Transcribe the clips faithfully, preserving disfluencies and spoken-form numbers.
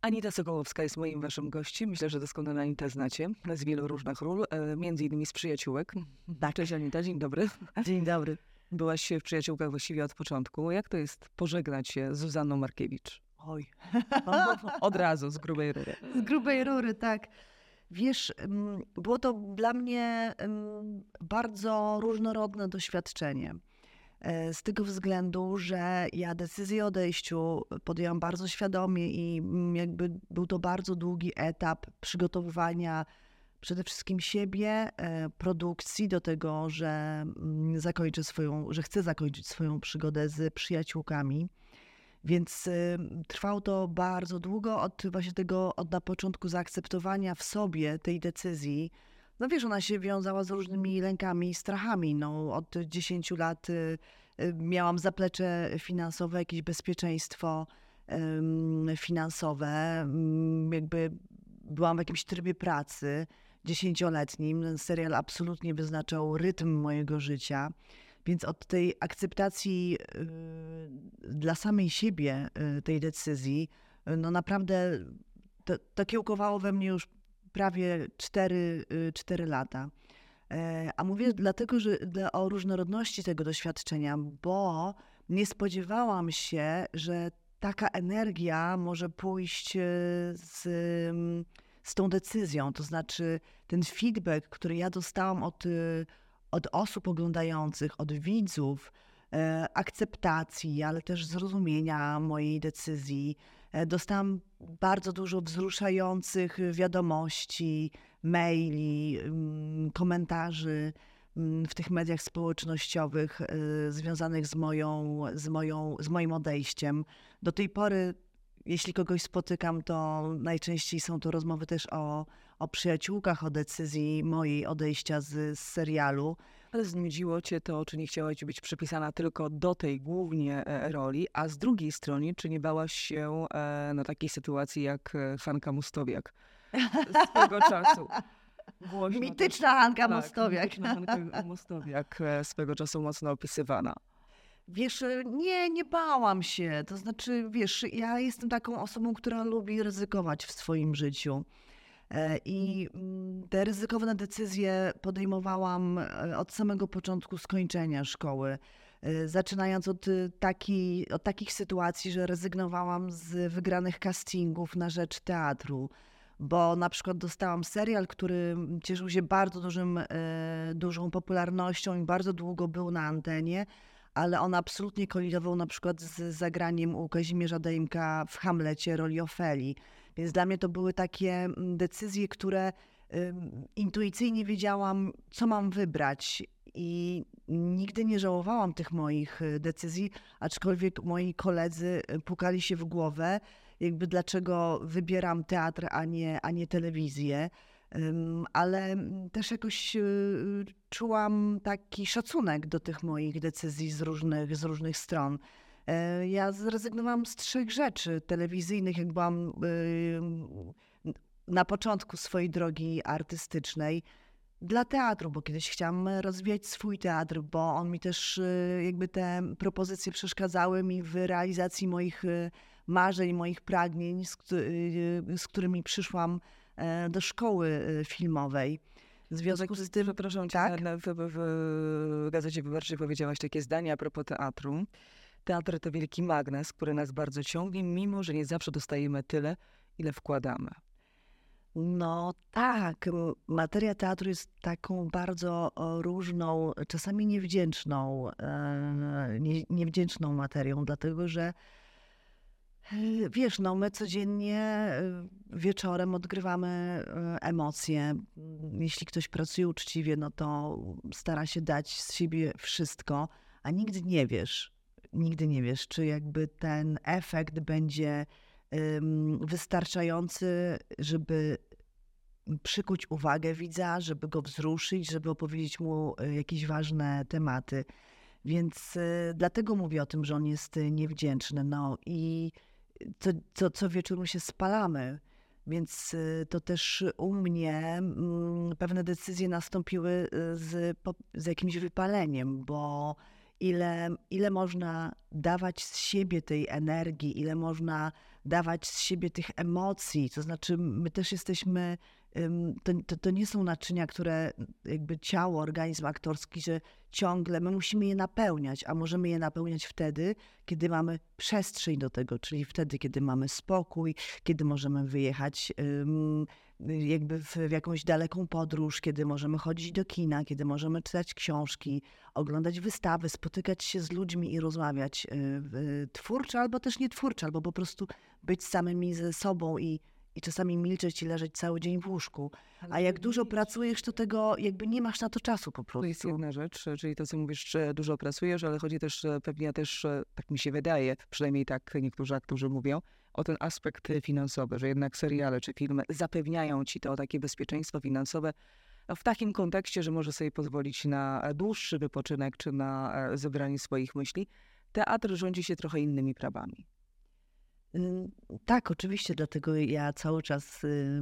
Anita Sokołowska jest moim waszym gościem. Myślę, że doskonale Anitę znacie z wielu różnych ról, e, między innymi z Przyjaciółek. Tak. Cześć Anita, dzień dobry. Dzień dobry. Byłaś w Przyjaciółkach właściwie od początku. Jak to jest pożegnać się z Zuzanną Markiewicz? Oj. Od razu, z grubej rury. Z grubej rury, tak. Wiesz, było to dla mnie bardzo różnorodne doświadczenie. Z tego względu, że ja decyzję o odejściu podjęłam bardzo świadomie i jakby był to bardzo długi etap przygotowywania przede wszystkim siebie, produkcji do tego, że zakończę swoją, że chcę zakończyć swoją przygodę z Przyjaciółkami. Więc y, trwało to bardzo długo od właśnie tego, od na początku zaakceptowania w sobie tej decyzji. No wiesz, ona się wiązała z różnymi lękami i strachami. No, od dziesięciu lat y, y, miałam zaplecze finansowe, jakieś bezpieczeństwo y, finansowe. Y, jakby byłam w jakimś trybie pracy dziesięcioletnim. Ten serial absolutnie wyznaczał rytm mojego życia. Więc od tej akceptacji y, dla samej siebie y, tej decyzji, y, no naprawdę to, to kiełkowało we mnie już prawie cztery, y, cztery lata. E, a mówię dlatego, że dla, o różnorodności tego doświadczenia, bo nie spodziewałam się, że taka energia może pójść y, z, y, z tą decyzją. To znaczy ten feedback, który ja dostałam od od osób oglądających, od widzów, e, akceptacji, ale też zrozumienia mojej decyzji. E, dostałam bardzo dużo wzruszających wiadomości, maili, m, komentarzy m, w tych mediach społecznościowych e, związanych z, moją, z, moją, z moim odejściem. Do tej pory, jeśli kogoś spotykam, to najczęściej są to rozmowy też o, o przyjaciółkach, o decyzji mojej odejścia z, z serialu. Ale znudziło cię to, czy nie chciałaś być przypisana tylko do tej głównie e, roli, a z drugiej strony, czy nie bałaś się e, na takiej sytuacji jak e, Hanka Mustowiak swego czasu? Głośno Mityczna też, Hanka tak, Mustowiak. mityczna Hanka Mustowiak e, swego czasu mocno opisywana. Wiesz, nie, nie bałam się. To znaczy, wiesz, ja jestem taką osobą, która lubi ryzykować w swoim życiu. I te ryzykowne decyzje podejmowałam od samego początku skończenia szkoły. Zaczynając od, taki, od takich sytuacji, że rezygnowałam z wygranych castingów na rzecz teatru. Bo na przykład dostałam serial, który cieszył się bardzo dużym, dużą popularnością i bardzo długo był na antenie, ale on absolutnie kolidował na przykład z zagraniem u Kazimierza Dejmka w Hamlecie roli Ofeli. Więc dla mnie to były takie decyzje, które y, intuicyjnie wiedziałam, co mam wybrać i nigdy nie żałowałam tych moich decyzji, aczkolwiek moi koledzy pukali się w głowę, jakby dlaczego wybieram teatr, a nie, a nie telewizję. Ale też jakoś czułam taki szacunek do tych moich decyzji z różnych, z różnych stron. Ja zrezygnowałam z trzech rzeczy telewizyjnych, jak byłam na początku swojej drogi artystycznej, dla teatru, bo kiedyś chciałam rozwijać swój teatr, bo on mi też jakby te propozycje przeszkadzały mi w realizacji moich marzeń, moich pragnień, z, z którymi przyszłam do szkoły filmowej. W związku z tym... Przepraszam cię, tak? w, w, w Gazecie Wyborczej powiedziałaś takie zdanie a propos teatru. Teatr to wielki magnes, który nas bardzo ciągnie, mimo że nie zawsze dostajemy tyle, ile wkładamy. No tak, materia teatru jest taką bardzo różną, czasami niewdzięczną, nie, niewdzięczną materią, dlatego że wiesz, no my codziennie wieczorem odgrywamy emocje. Jeśli ktoś pracuje uczciwie, no to stara się dać z siebie wszystko, a nigdy nie wiesz, nigdy nie wiesz, czy jakby ten efekt będzie wystarczający, żeby przykuć uwagę widza, żeby go wzruszyć, żeby opowiedzieć mu jakieś ważne tematy. Więc dlatego mówię o tym, że on jest niewdzięczny. No i co, co, co wieczór się spalamy. Więc to też u mnie pewne decyzje nastąpiły z, z jakimś wypaleniem, bo ile, ile można dawać z siebie tej energii, ile można dawać z siebie tych emocji, to znaczy my też jesteśmy, to, to, to nie są naczynia, które jakby ciało, organizm aktorski, że ciągle my musimy je napełniać, a możemy je napełniać wtedy, kiedy mamy przestrzeń do tego, czyli wtedy, kiedy mamy spokój, kiedy możemy wyjechać um, jakby w, w jakąś daleką podróż, kiedy możemy chodzić do kina, kiedy możemy czytać książki, oglądać wystawy, spotykać się z ludźmi i rozmawiać y, twórczo albo też nie twórczo, albo po prostu być samymi ze sobą i, i czasami milczeć i leżeć cały dzień w łóżku. A jak dużo pracujesz, to tego jakby nie masz na to czasu po prostu. To jest jedna rzecz, czyli to, co mówisz, że dużo pracujesz, ale chodzi też pewnie też, tak mi się wydaje, przynajmniej tak niektórzy aktorzy mówią, o ten aspekt finansowy, że jednak seriale czy filmy zapewniają ci to takie bezpieczeństwo finansowe w takim kontekście, że możesz sobie pozwolić na dłuższy wypoczynek czy na zebranie swoich myśli. Teatr rządzi się trochę innymi prawami. Tak, oczywiście, dlatego ja cały czas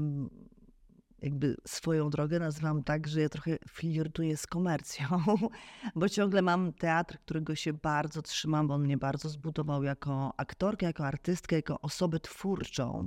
jakby swoją drogę nazywam tak, że ja trochę flirtuję z komercją, bo ciągle mam teatr, którego się bardzo trzymam, bo on mnie bardzo zbudował jako aktorkę, jako artystkę, jako osobę twórczą,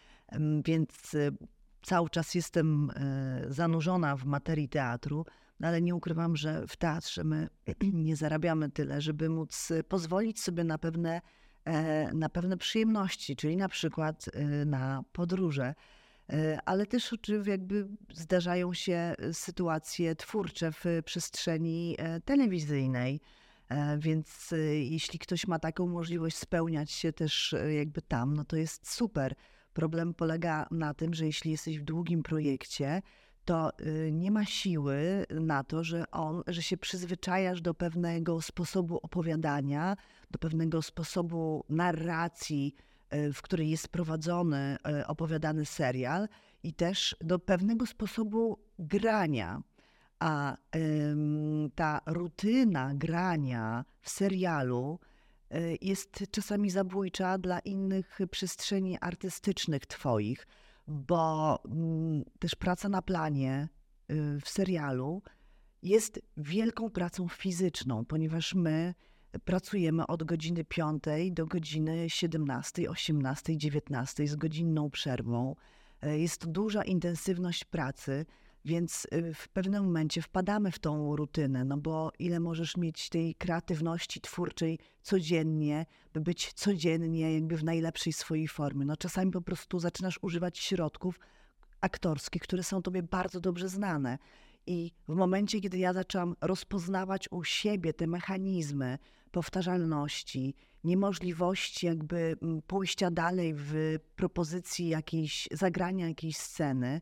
więc cały czas jestem zanurzona w materii teatru, no ale nie ukrywam, że w teatrze my nie zarabiamy tyle, żeby móc pozwolić sobie na pewne, na pewne przyjemności, czyli na przykład na podróże. Ale też oczywiście jakby zdarzają się sytuacje twórcze w przestrzeni telewizyjnej, więc jeśli ktoś ma taką możliwość spełniać się też jakby tam, no to jest super. Problem polega na tym, że jeśli jesteś w długim projekcie, to nie ma siły na to, że on, że się przyzwyczajasz do pewnego sposobu opowiadania, do pewnego sposobu narracji, w której jest prowadzony, opowiadany serial i też do pewnego sposobu grania. A ym, ta rutyna grania w serialu y, jest czasami zabójcza dla innych przestrzeni artystycznych twoich, bo y, też praca na planie y, w serialu jest wielką pracą fizyczną, ponieważ my pracujemy od godziny piątej do godziny siedemnastej, osiemnastej, dziewiętnastej z godzinną przerwą. Jest to duża intensywność pracy, więc w pewnym momencie wpadamy w tą rutynę, no bo ile możesz mieć tej kreatywności twórczej codziennie, by być codziennie jakby w najlepszej swojej formie. No czasami po prostu zaczynasz używać środków aktorskich, które są tobie bardzo dobrze znane. I w momencie, kiedy ja zaczęłam rozpoznawać u siebie te mechanizmy powtarzalności, niemożliwości jakby pójścia dalej w propozycji jakiejś, zagrania jakiejś sceny,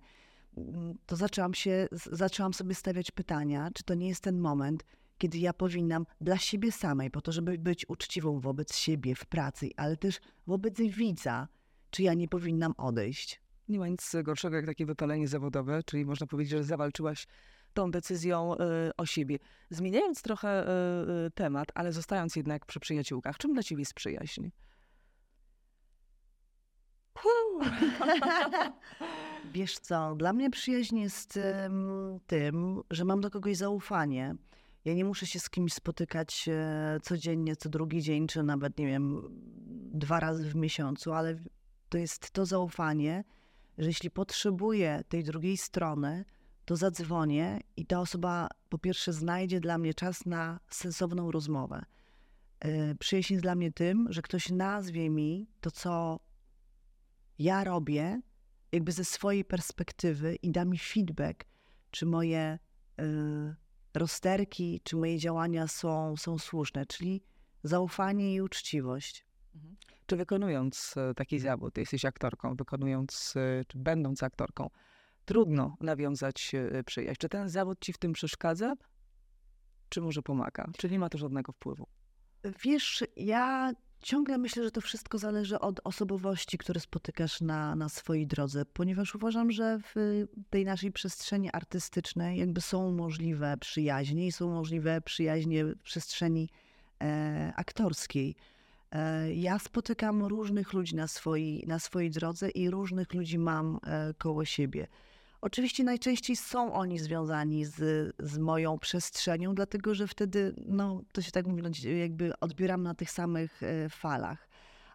to zaczęłam się, zaczęłam sobie stawiać pytania, czy to nie jest ten moment, kiedy ja powinnam dla siebie samej, po to, żeby być uczciwą wobec siebie w pracy, ale też wobec widza, czy ja nie powinnam odejść. Nie ma nic gorszego jak takie wypalenie zawodowe, czyli można powiedzieć, że zawalczyłaś tą decyzją y, o siebie. Zmieniając trochę y, y, temat, ale zostając jednak przy przyjaciółkach, czym dla ciebie jest przyjaźń? Wiesz co, dla mnie przyjaźń jest um, tym, że mam do kogoś zaufanie. Ja nie muszę się z kimś spotykać e, codziennie, co drugi dzień, czy nawet, nie wiem, dwa razy w miesiącu, ale to jest to zaufanie, że jeśli potrzebuję tej drugiej strony, to zadzwonię i ta osoba po pierwsze znajdzie dla mnie czas na sensowną rozmowę. E, przyjaźń jest dla mnie tym, że ktoś nazwie mi to, co ja robię, jakby ze swojej perspektywy i da mi feedback, czy moje y, rozterki, czy moje działania są, są słuszne, czyli zaufanie i uczciwość. Mhm. Czy wykonując taki zawód, jesteś aktorką, wykonując, czy będąc aktorką, trudno nawiązać przyjaźń? Czy ten zawód ci w tym przeszkadza, czy może pomaga? Czy nie ma to żadnego wpływu? Wiesz, ja ciągle myślę, że to wszystko zależy od osobowości, które spotykasz na, na swojej drodze, ponieważ uważam, że w tej naszej przestrzeni artystycznej jakby są możliwe przyjaźnie i są możliwe przyjaźnie w przestrzeni e, aktorskiej. E, ja spotykam różnych ludzi na swojej, na swojej drodze i różnych ludzi mam e, koło siebie. Oczywiście najczęściej są oni związani z, z moją przestrzenią, dlatego że wtedy, no to się tak mówi, jakby odbieram na tych samych falach.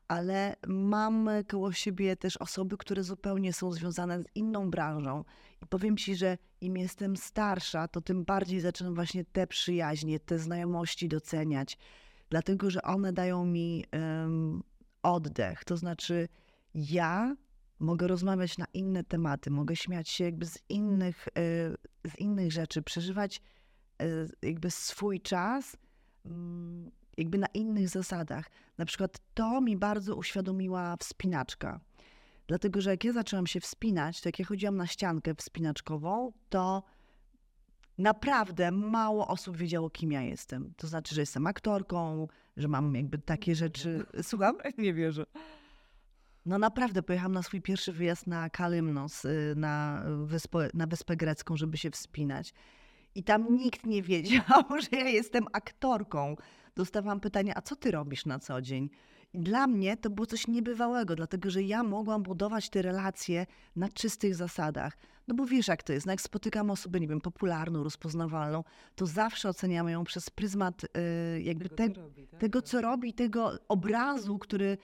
ale mam koło siebie też osoby, które zupełnie są związane z inną branżą. I powiem ci, że im jestem starsza, to tym bardziej zaczynam właśnie te przyjaźnie, te znajomości doceniać, dlatego że one dają mi um, oddech. To znaczy ja mogę rozmawiać na inne tematy, mogę śmiać się jakby z innych, y, z innych rzeczy, przeżywać y, jakby swój czas mm, jakby na innych zasadach. Na przykład to mi bardzo uświadomiła wspinaczka. Dlatego, że jak ja zaczęłam się wspinać, to jak ja chodziłam na ściankę wspinaczkową, to naprawdę mało osób wiedziało, kim ja jestem. To znaczy, że jestem aktorką, że mam jakby takie rzeczy. Słucham? Nie wierzę. No naprawdę, pojechałam na swój pierwszy wyjazd na Kalymnos, y, na wyspę, na Wyspę Grecką, żeby się wspinać. I tam nikt nie wiedział, że ja jestem aktorką. Dostawałam pytania, a co ty robisz na co dzień? I dla mnie to było coś niebywałego, dlatego że ja mogłam budować te relacje na czystych zasadach. No bo wiesz jak to jest, no jak spotykam osobę, nie wiem, popularną, rozpoznawalną, to zawsze oceniamy ją przez pryzmat y, jakby Tego, te, co robi, tak? tego, co robi, tego obrazu, który y,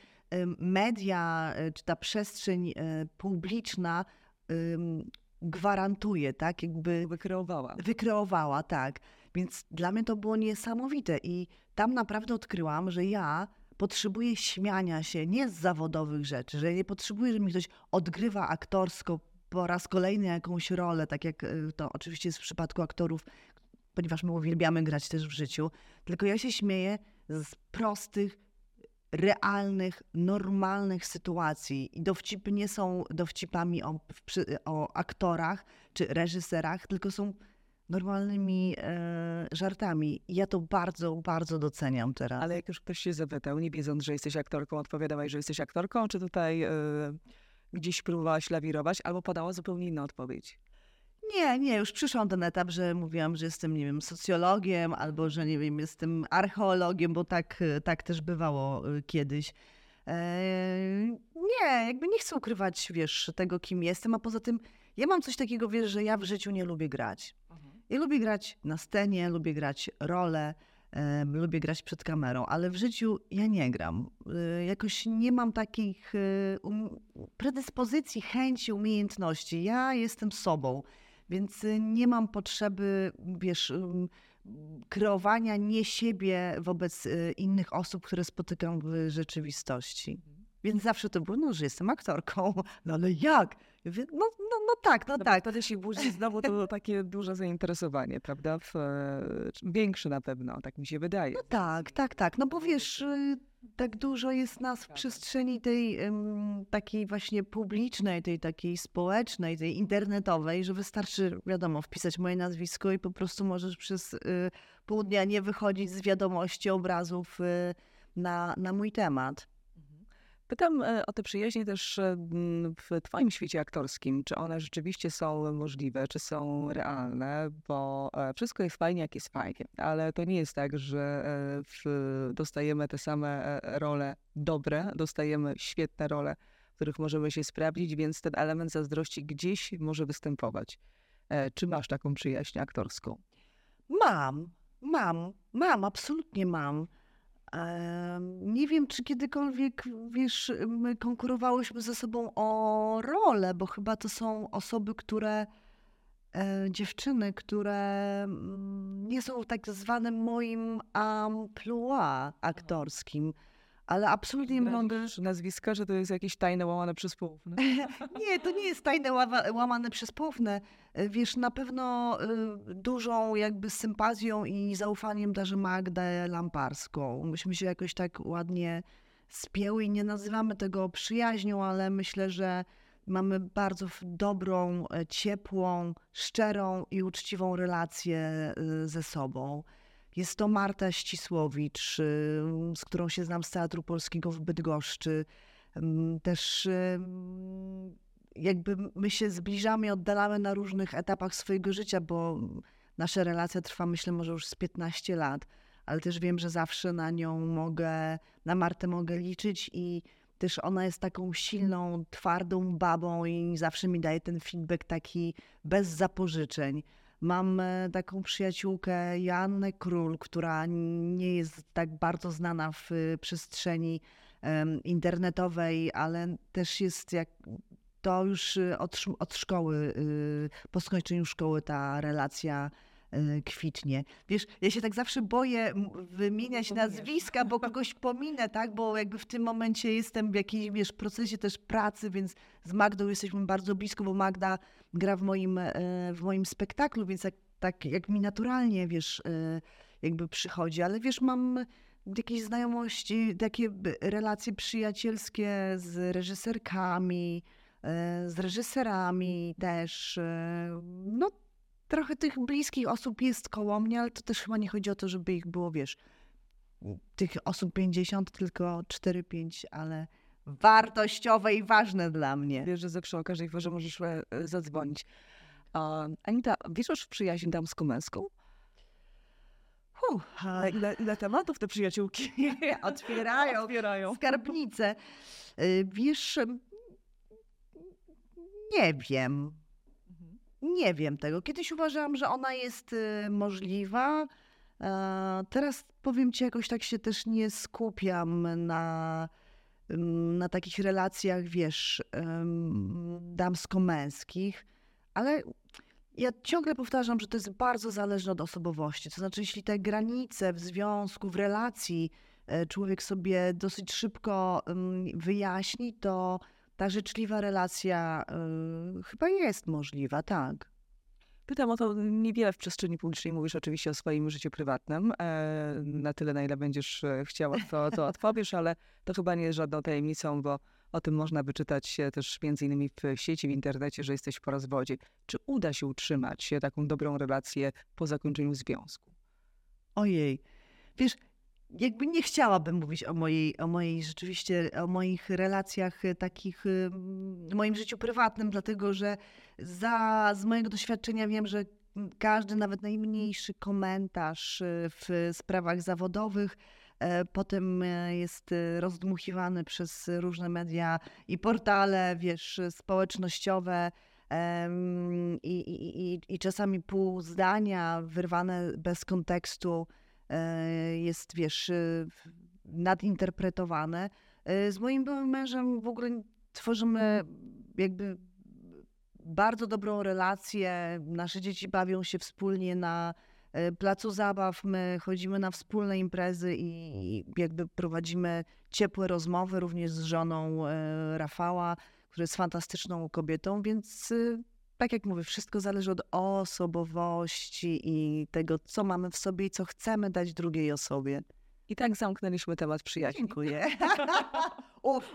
media, y, czy ta przestrzeń y, publiczna y, gwarantuje, tak? Jakby Wykreowała. wykreowała, tak. Więc dla mnie to było niesamowite i tam naprawdę odkryłam, że ja potrzebuję śmiania się nie z zawodowych rzeczy, że nie potrzebuję, że mi ktoś odgrywa aktorsko po raz kolejny jakąś rolę, tak jak y, to oczywiście jest w przypadku aktorów, ponieważ my uwielbiamy grać też w życiu, tylko ja się śmieję z prostych, realnych, normalnych sytuacji. I dowcipy nie są dowcipami o, przy, o aktorach czy reżyserach, tylko są normalnymi e, żartami. I ja to bardzo, bardzo doceniam teraz. Ale jak już ktoś się zapytał, nie wiedząc, że jesteś aktorką, odpowiadałaś, że jesteś aktorką, czy tutaj y, gdzieś próbowałaś lawirować, albo podała zupełnie inną odpowiedź? Nie, nie, już przyszłam ten etap, że mówiłam, że jestem, nie wiem, socjologiem, albo że, nie wiem, jestem archeologiem, bo tak, tak też bywało y, kiedyś. Eee, nie, jakby nie chcę ukrywać, wiesz, tego, kim jestem, a poza tym ja mam coś takiego, wiesz, że ja w życiu nie lubię grać. Ja lubię grać na scenie, lubię grać rolę, e, lubię grać przed kamerą, ale w życiu ja nie gram. E, jakoś nie mam takich e, um, predyspozycji, chęci, umiejętności. Ja jestem sobą, więc e, nie mam potrzeby, wiesz, um, kreowania nie siebie wobec e, innych osób, które spotykam w rzeczywistości. Więc zawsze to było, no, że jestem aktorką. No ale jak? Ja mówię, no, no, no tak, no, No tak. wtedy się budzi znowu to takie duże zainteresowanie, prawda? W, e, większe na pewno, tak mi się wydaje. No tak, tak, tak. No bo wiesz, y, tak dużo jest nas w przestrzeni tej ym, takiej właśnie publicznej, tej takiej społecznej, tej internetowej, że wystarczy, wiadomo, wpisać moje nazwisko i po prostu możesz przez y, pół dnia nie wychodzić z wiadomości, obrazów y, na, na mój temat. Pytam e, o te przyjaźnie też e, m, w twoim świecie aktorskim. Czy one rzeczywiście są możliwe, czy są realne? Bo e, wszystko jest fajnie, jak jest fajnie. Ale to nie jest tak, że e, w, dostajemy te same e, role dobre, dostajemy świetne role, w których możemy się sprawdzić, więc ten element zazdrości gdzieś może występować. E, Czy masz taką przyjaźń aktorską? Mam, mam, mam, absolutnie mam. Em, Nie wiem, czy kiedykolwiek, wiesz, my konkurowałyśmy ze sobą o rolę, bo chyba to są osoby, które, e, dziewczyny, które mm, nie są w tak zwanym moim amplua aktorskim, ale absolutnie mogę... Zdradzisz nazwiska, że to jest jakieś tajne łamane przez poufne? Nie, to nie jest tajne ława- łamane przez poufne. E, Wiesz, na pewno y, dużą jakby sympatią i zaufaniem darzę Magdę Lamparską. Myśmy się jakoś tak ładnie spięły i nie nazywamy tego przyjaźnią, ale myślę, że mamy bardzo w- dobrą, e, ciepłą, szczerą i uczciwą relację y, ze sobą. Jest to Marta Ścisłowicz, y, z którą się znam z Teatru Polskiego w Bydgoszczy. Ym, Też ym, jakby my się zbliżamy i oddalamy na różnych etapach swojego życia, bo nasza relacja trwa, myślę, może już z piętnaście lat, ale też wiem, że zawsze na nią mogę, na Martę mogę liczyć i też ona jest taką silną, twardą babą i zawsze mi daje ten feedback taki bez zapożyczeń. Mam e, taką przyjaciółkę Joannę Król, która nie jest tak bardzo znana w e, przestrzeni em, internetowej, ale też jest jak to już y, od, sz- od szkoły, y, po skończeniu szkoły ta relacja y, kwitnie. Wiesz, ja się tak zawsze boję m, wymieniać Pominiesz. nazwiska, bo kogoś pominę, tak? Bo jakby w tym momencie jestem w jakimś, wiesz, procesie też pracy, więc z Magdą jesteśmy bardzo blisko, bo Magda gra w moim, e, w moim spektaklu, więc jak, tak jak mi naturalnie, wiesz, e, jakby przychodzi, ale wiesz, mam jakieś znajomości, takie b- relacje przyjacielskie z reżyserkami, e, z reżyserami też. e, No, trochę tych bliskich osób jest koło mnie, ale to też chyba nie chodzi o to, żeby ich było, wiesz, tych osób pięćdziesiąt, tylko cztery pięć, ale wartościowe i ważne dla mnie. Wiesz, że za przy okazji, że możesz e, e, zadzwonić. A, Anita, wierzysz w przyjaźń damsko-męską? Huh, A ile, ile tematów te przyjaciółki otwierają otwierają? skarbnicę. Y, Wiesz, nie wiem. Nie wiem tego. Kiedyś uważałam, że ona jest y, możliwa. E, Teraz powiem ci, jakoś tak się też nie skupiam na, ym, na takich relacjach, wiesz, ym, damsko-męskich, ale ja ciągle powtarzam, że to jest bardzo zależne od osobowości. To znaczy, jeśli te granice w związku, w relacji e, człowiek sobie dosyć szybko ym, wyjaśni, to ta życzliwa relacja y, chyba jest możliwa, tak. Pytam o to, niewiele w przestrzeni publicznej mówisz oczywiście o swoim życiu prywatnym. E, na tyle, na ile będziesz e, chciała, to, to odpowiesz, ale to chyba nie jest żadną tajemnicą, bo o tym można wyczytać się też między innymi w sieci, w internecie, że jesteś po rozwodzie. Czy uda się utrzymać e, taką dobrą relację po zakończeniu związku? Ojej, wiesz, jakby nie chciałabym mówić o mojej, o mojej rzeczywiście, o moich relacjach y, takich, y, w moim życiu prywatnym, dlatego że za, z mojego doświadczenia wiem, że każdy, nawet najmniejszy komentarz y, w sprawach zawodowych e, potem e, jest y, rozdmuchiwany przez różne media i portale, wiesz, społecznościowe. em, I, i, i, I czasami pół zdania wyrwane bez kontekstu e, jest, wiesz, e, nadinterpretowane. E, Z moim byłym mężem w ogóle tworzymy jakby bardzo dobrą relację. Nasze dzieci bawią się wspólnie na e, placu zabaw, my chodzimy na wspólne imprezy i i jakby prowadzimy ciepłe rozmowy również z żoną e, Rafała, która jest fantastyczną kobietą, więc e, tak jak mówię, wszystko zależy od osobowości i tego, co mamy w sobie i co chcemy dać drugiej osobie. I tak zamknęliśmy temat przyjaźni. Dziękuję. Uf.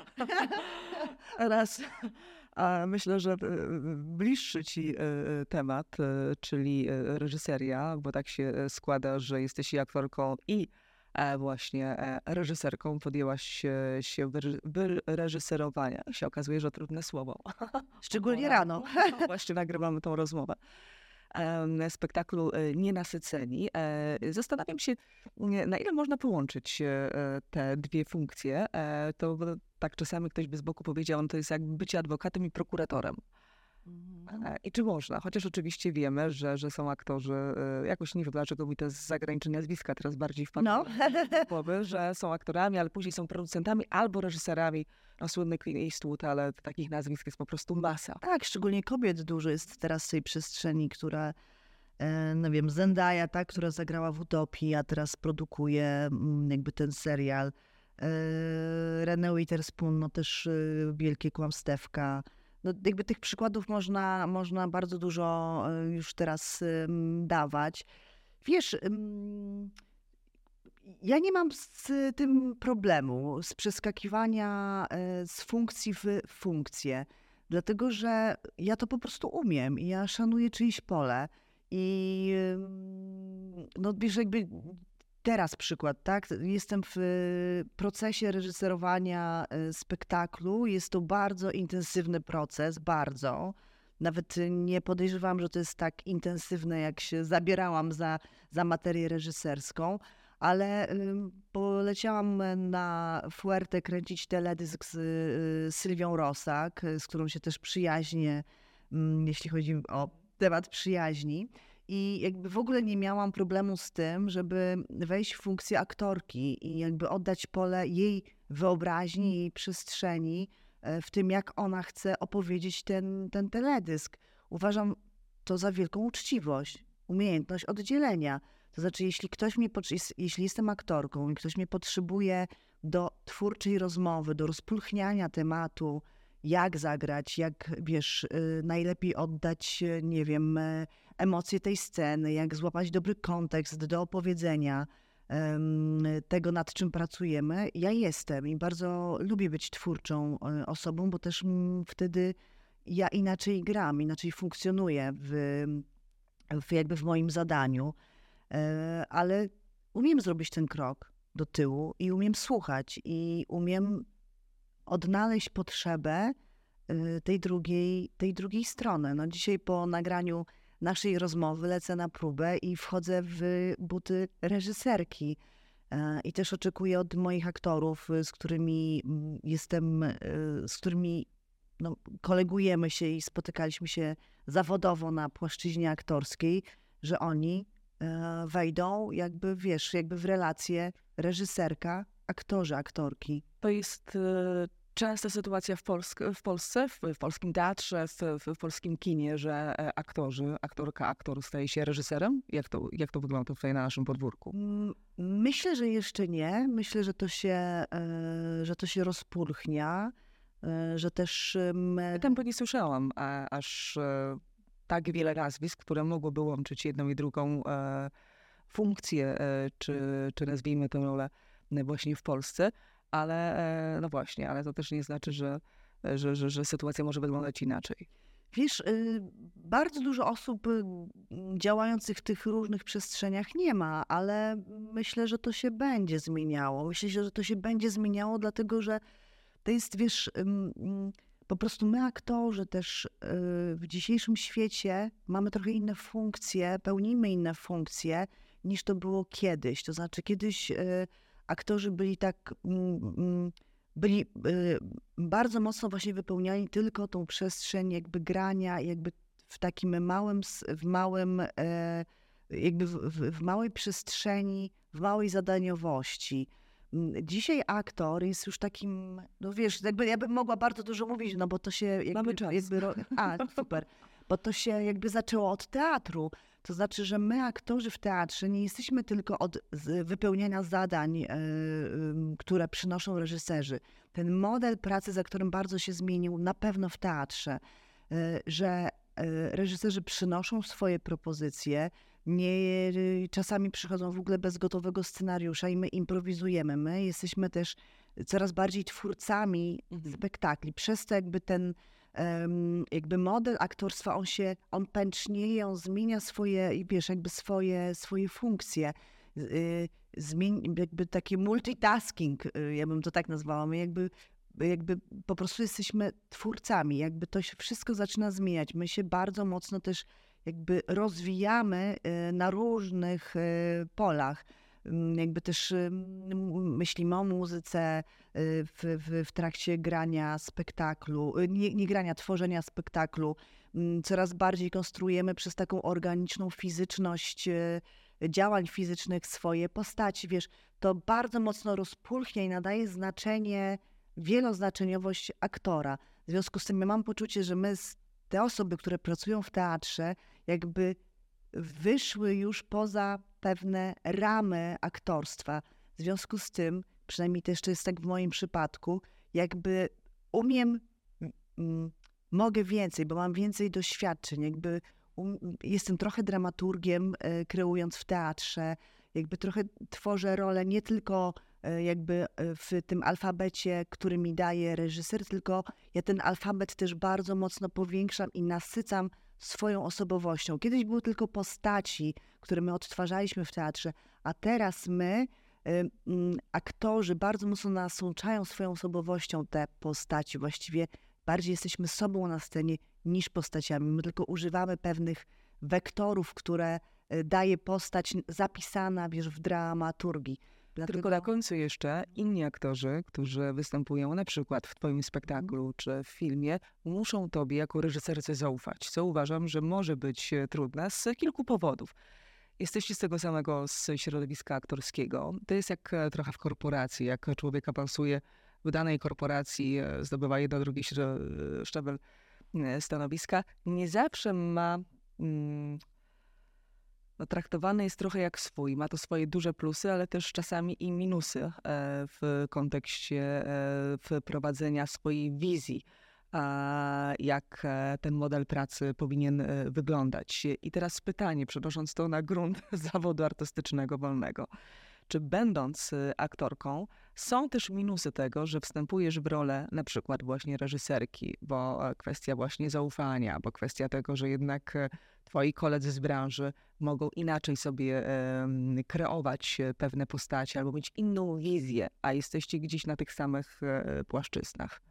Raz. A myślę, że e, bliższy ci e, e, temat, e, czyli e, reżyseria, bo tak się e, składa, że jesteś i aktorką, i e, właśnie e, reżyserką. Podjęłaś e, się wyre- wyreżyserowania. Się okazuje, że trudne słowo. Szczególnie rano. No, właśnie nagrywamy tą rozmowę. Em, Spektaklu e, Nienasyceni. E, Zastanawiam się, nie, na ile można połączyć e, te dwie funkcje. E, To bo tak czasami ktoś by z boku powiedział, no to jest jak bycie adwokatem i prokuratorem. E, I czy można? Chociaż oczywiście wiemy, że, że są aktorzy, e, jakoś nie wiem dlaczego mi te zagraniczne nazwiska teraz bardziej wpadły No. w głowy, że są aktorami, ale później są producentami albo reżyserami. No słynny Clint Eastwood, ale takich nazwisk jest po prostu masa. Tak, szczególnie kobiet dużo jest teraz w tej przestrzeni, która, e, no wiem, Zendaya, tak, która zagrała w Utopii, a teraz produkuje mm, jakby ten serial. E, René Witherspoon, no też e, wielkie kłamstewka. No jakby tych przykładów można, można bardzo dużo e, już teraz em, dawać. Wiesz, em, ja nie mam z tym problemu, z przeskakiwania e, z funkcji w funkcję, dlatego że ja to po prostu umiem i ja szanuję czyjeś pole. I ym, no wiesz, jakby teraz przykład, tak? Jestem w e, procesie reżyserowania e, spektaklu. Jest to bardzo intensywny proces, bardzo. Nawet nie podejrzewam, że to jest tak intensywne, jak się zabierałam za, za materię reżyserską. Ale ym, poleciałam na Fuerte kręcić teledysk z y, Sylwią Rosak, z którą się też przyjaźnię, mm, jeśli chodzi o temat przyjaźni. I jakby w ogóle nie miałam problemu z tym, żeby wejść w funkcję aktorki i jakby oddać pole jej wyobraźni, jej przestrzeni e, w tym, jak ona chce opowiedzieć ten, ten teledysk. Uważam to za wielką uczciwość, umiejętność oddzielenia. To znaczy, jeśli ktoś mnie, pot- jeśli jestem aktorką i ktoś mnie potrzebuje do twórczej rozmowy, do rozpulchniania tematu, jak zagrać, jak, wiesz, y, najlepiej oddać, y, nie wiem, y, emocje tej sceny, jak złapać dobry kontekst do opowiedzenia ym, tego, nad czym pracujemy. Ja jestem i bardzo lubię być twórczą y, osobą, bo też mm, wtedy ja inaczej gram, inaczej funkcjonuję w, w jakby w moim zadaniu, y, ale umiem zrobić ten krok do tyłu i umiem słuchać i umiem odnaleźć potrzebę y, tej drugiej, tej drugiej strony. No dzisiaj po nagraniu naszej rozmowy lecę na próbę i wchodzę w buty reżyserki. Y, I też oczekuję od moich aktorów, y, z którymi mm, jestem, y, z którymi no, kolegujemy się i spotykaliśmy się zawodowo na płaszczyźnie aktorskiej, że oni y, wejdą jakby, wiesz, jakby w relację reżyserka, aktorzy, aktorki. To jest e, częsta sytuacja w, Polsk- w Polsce, w, w polskim teatrze, w, w, w polskim kinie, że e, aktorzy, aktorka, aktor staje się reżyserem? Jak to, jak to wygląda tutaj na naszym podwórku? Mm, Myślę, że jeszcze nie. Myślę, że to się, e, że to się rozpulchnia, e, że też... em, Tempo nie słyszałam, a, aż e, tak wiele nazwisk, które mogłyby łączyć jedną i drugą e, funkcję, e, czy, czy nazwijmy tę rolę e, właśnie w Polsce, ale e, no właśnie, ale to też nie znaczy, że, że, że, że sytuacja może wyglądać inaczej. Wiesz, y, bardzo dużo osób y, działających w tych różnych przestrzeniach nie ma, ale myślę, że to się będzie zmieniało. Myślę, że to się będzie zmieniało, dlatego że to jest, wiesz, ym, ym, po prostu my aktorzy też y, w dzisiejszym świecie mamy trochę inne funkcje, pełnimy inne funkcje niż to było kiedyś. To znaczy kiedyś y, aktorzy byli tak... mm, mm, byli y, bardzo mocno właśnie wypełniali tylko tą przestrzeń jakby grania, jakby w takim małym, s- w małym, e, jakby w, w, w małej przestrzeni, w małej zadaniowości. Mm, Dzisiaj aktor jest już takim, no wiesz, jakby ja bym mogła bardzo dużo mówić, no bo to się jakby... Mamy czas. jakby ro- a, super. Bo to się jakby zaczęło od teatru. To znaczy, że my aktorzy w teatrze nie jesteśmy tylko od z- wypełniania zadań, e, ym, które przynoszą reżyserzy. Ten model pracy, za którym bardzo się zmienił na pewno w teatrze, e, że e, reżyserzy przynoszą swoje propozycje, nie, czasami przychodzą w ogóle bez gotowego scenariusza i my improwizujemy. My jesteśmy też coraz bardziej twórcami Mhm. spektakli. Przez to jakby ten em, jakby model aktorstwa, on się, on pęcznieje, on zmienia swoje, i wiesz, jakby swoje, swoje funkcje. Y, Zmień, jakby taki multitasking, y, ja bym to tak nazwała. My jakby, jakby po prostu jesteśmy twórcami, jakby to się wszystko zaczyna zmieniać. My się bardzo mocno też jakby rozwijamy y, na różnych y, polach. Ym, Jakby też ym, myślimy o muzyce y, w, w, w trakcie grania spektaklu, y, nie, nie grania, tworzenia spektaklu. Ym, Coraz bardziej konstruujemy przez taką organiczną fizyczność y, działań fizycznych swoje postaci. Wiesz, to bardzo mocno rozpulchnia i nadaje znaczenie, wieloznaczeniowość aktora. W związku z tym ja mam poczucie, że my, z- te osoby, które pracują w teatrze, jakby wyszły już poza pewne ramy aktorstwa. W związku z tym, przynajmniej to jeszcze jest tak w moim przypadku, jakby umiem, m, m, mogę więcej, bo mam więcej doświadczeń, jakby um, jestem trochę dramaturgiem, e, kreując w teatrze, jakby trochę tworzę rolę nie tylko e, jakby e, w tym alfabecie, który mi daje reżyser, tylko ja ten alfabet też bardzo mocno powiększam i nasycam swoją osobowością. Kiedyś były tylko postaci, które my odtwarzaliśmy w teatrze, a teraz my, y, mm, aktorzy, bardzo mocno nasączają swoją osobowością te postaci. Właściwie bardziej jesteśmy sobą na scenie niż postaciami. My tylko używamy pewnych wektorów, które y, daje postać zapisana, wiesz, w dramaturgii. Dlatego... Tylko na końcu jeszcze inni aktorzy, którzy występują na przykład w twoim spektaklu czy w filmie, muszą tobie jako reżyserce zaufać, co uważam, że może być e, trudne z kilku powodów. Jesteście z tego samego z środowiska aktorskiego. To jest jak e, trochę w korporacji, jak człowiek awansuje w danej korporacji, e, zdobywa jedno, drugi śro- szczebel e, stanowiska, nie zawsze ma... Mm, no, traktowany jest trochę jak swój. Ma to swoje duże plusy, ale też czasami i minusy e, w kontekście e, wprowadzenia swojej wizji, a jak e, ten model pracy powinien e, wyglądać. I teraz pytanie, przenosząc to na grunt zawodu artystycznego wolnego. Czy będąc e, aktorką, są też minusy tego, że wstępujesz w rolę na przykład właśnie reżyserki, bo e, kwestia właśnie zaufania, bo kwestia tego, że jednak e, twoi koledzy z branży mogą inaczej sobie e, kreować e, pewne postacie albo mieć inną wizję, a jesteście gdzieś na tych samych e, płaszczyznach.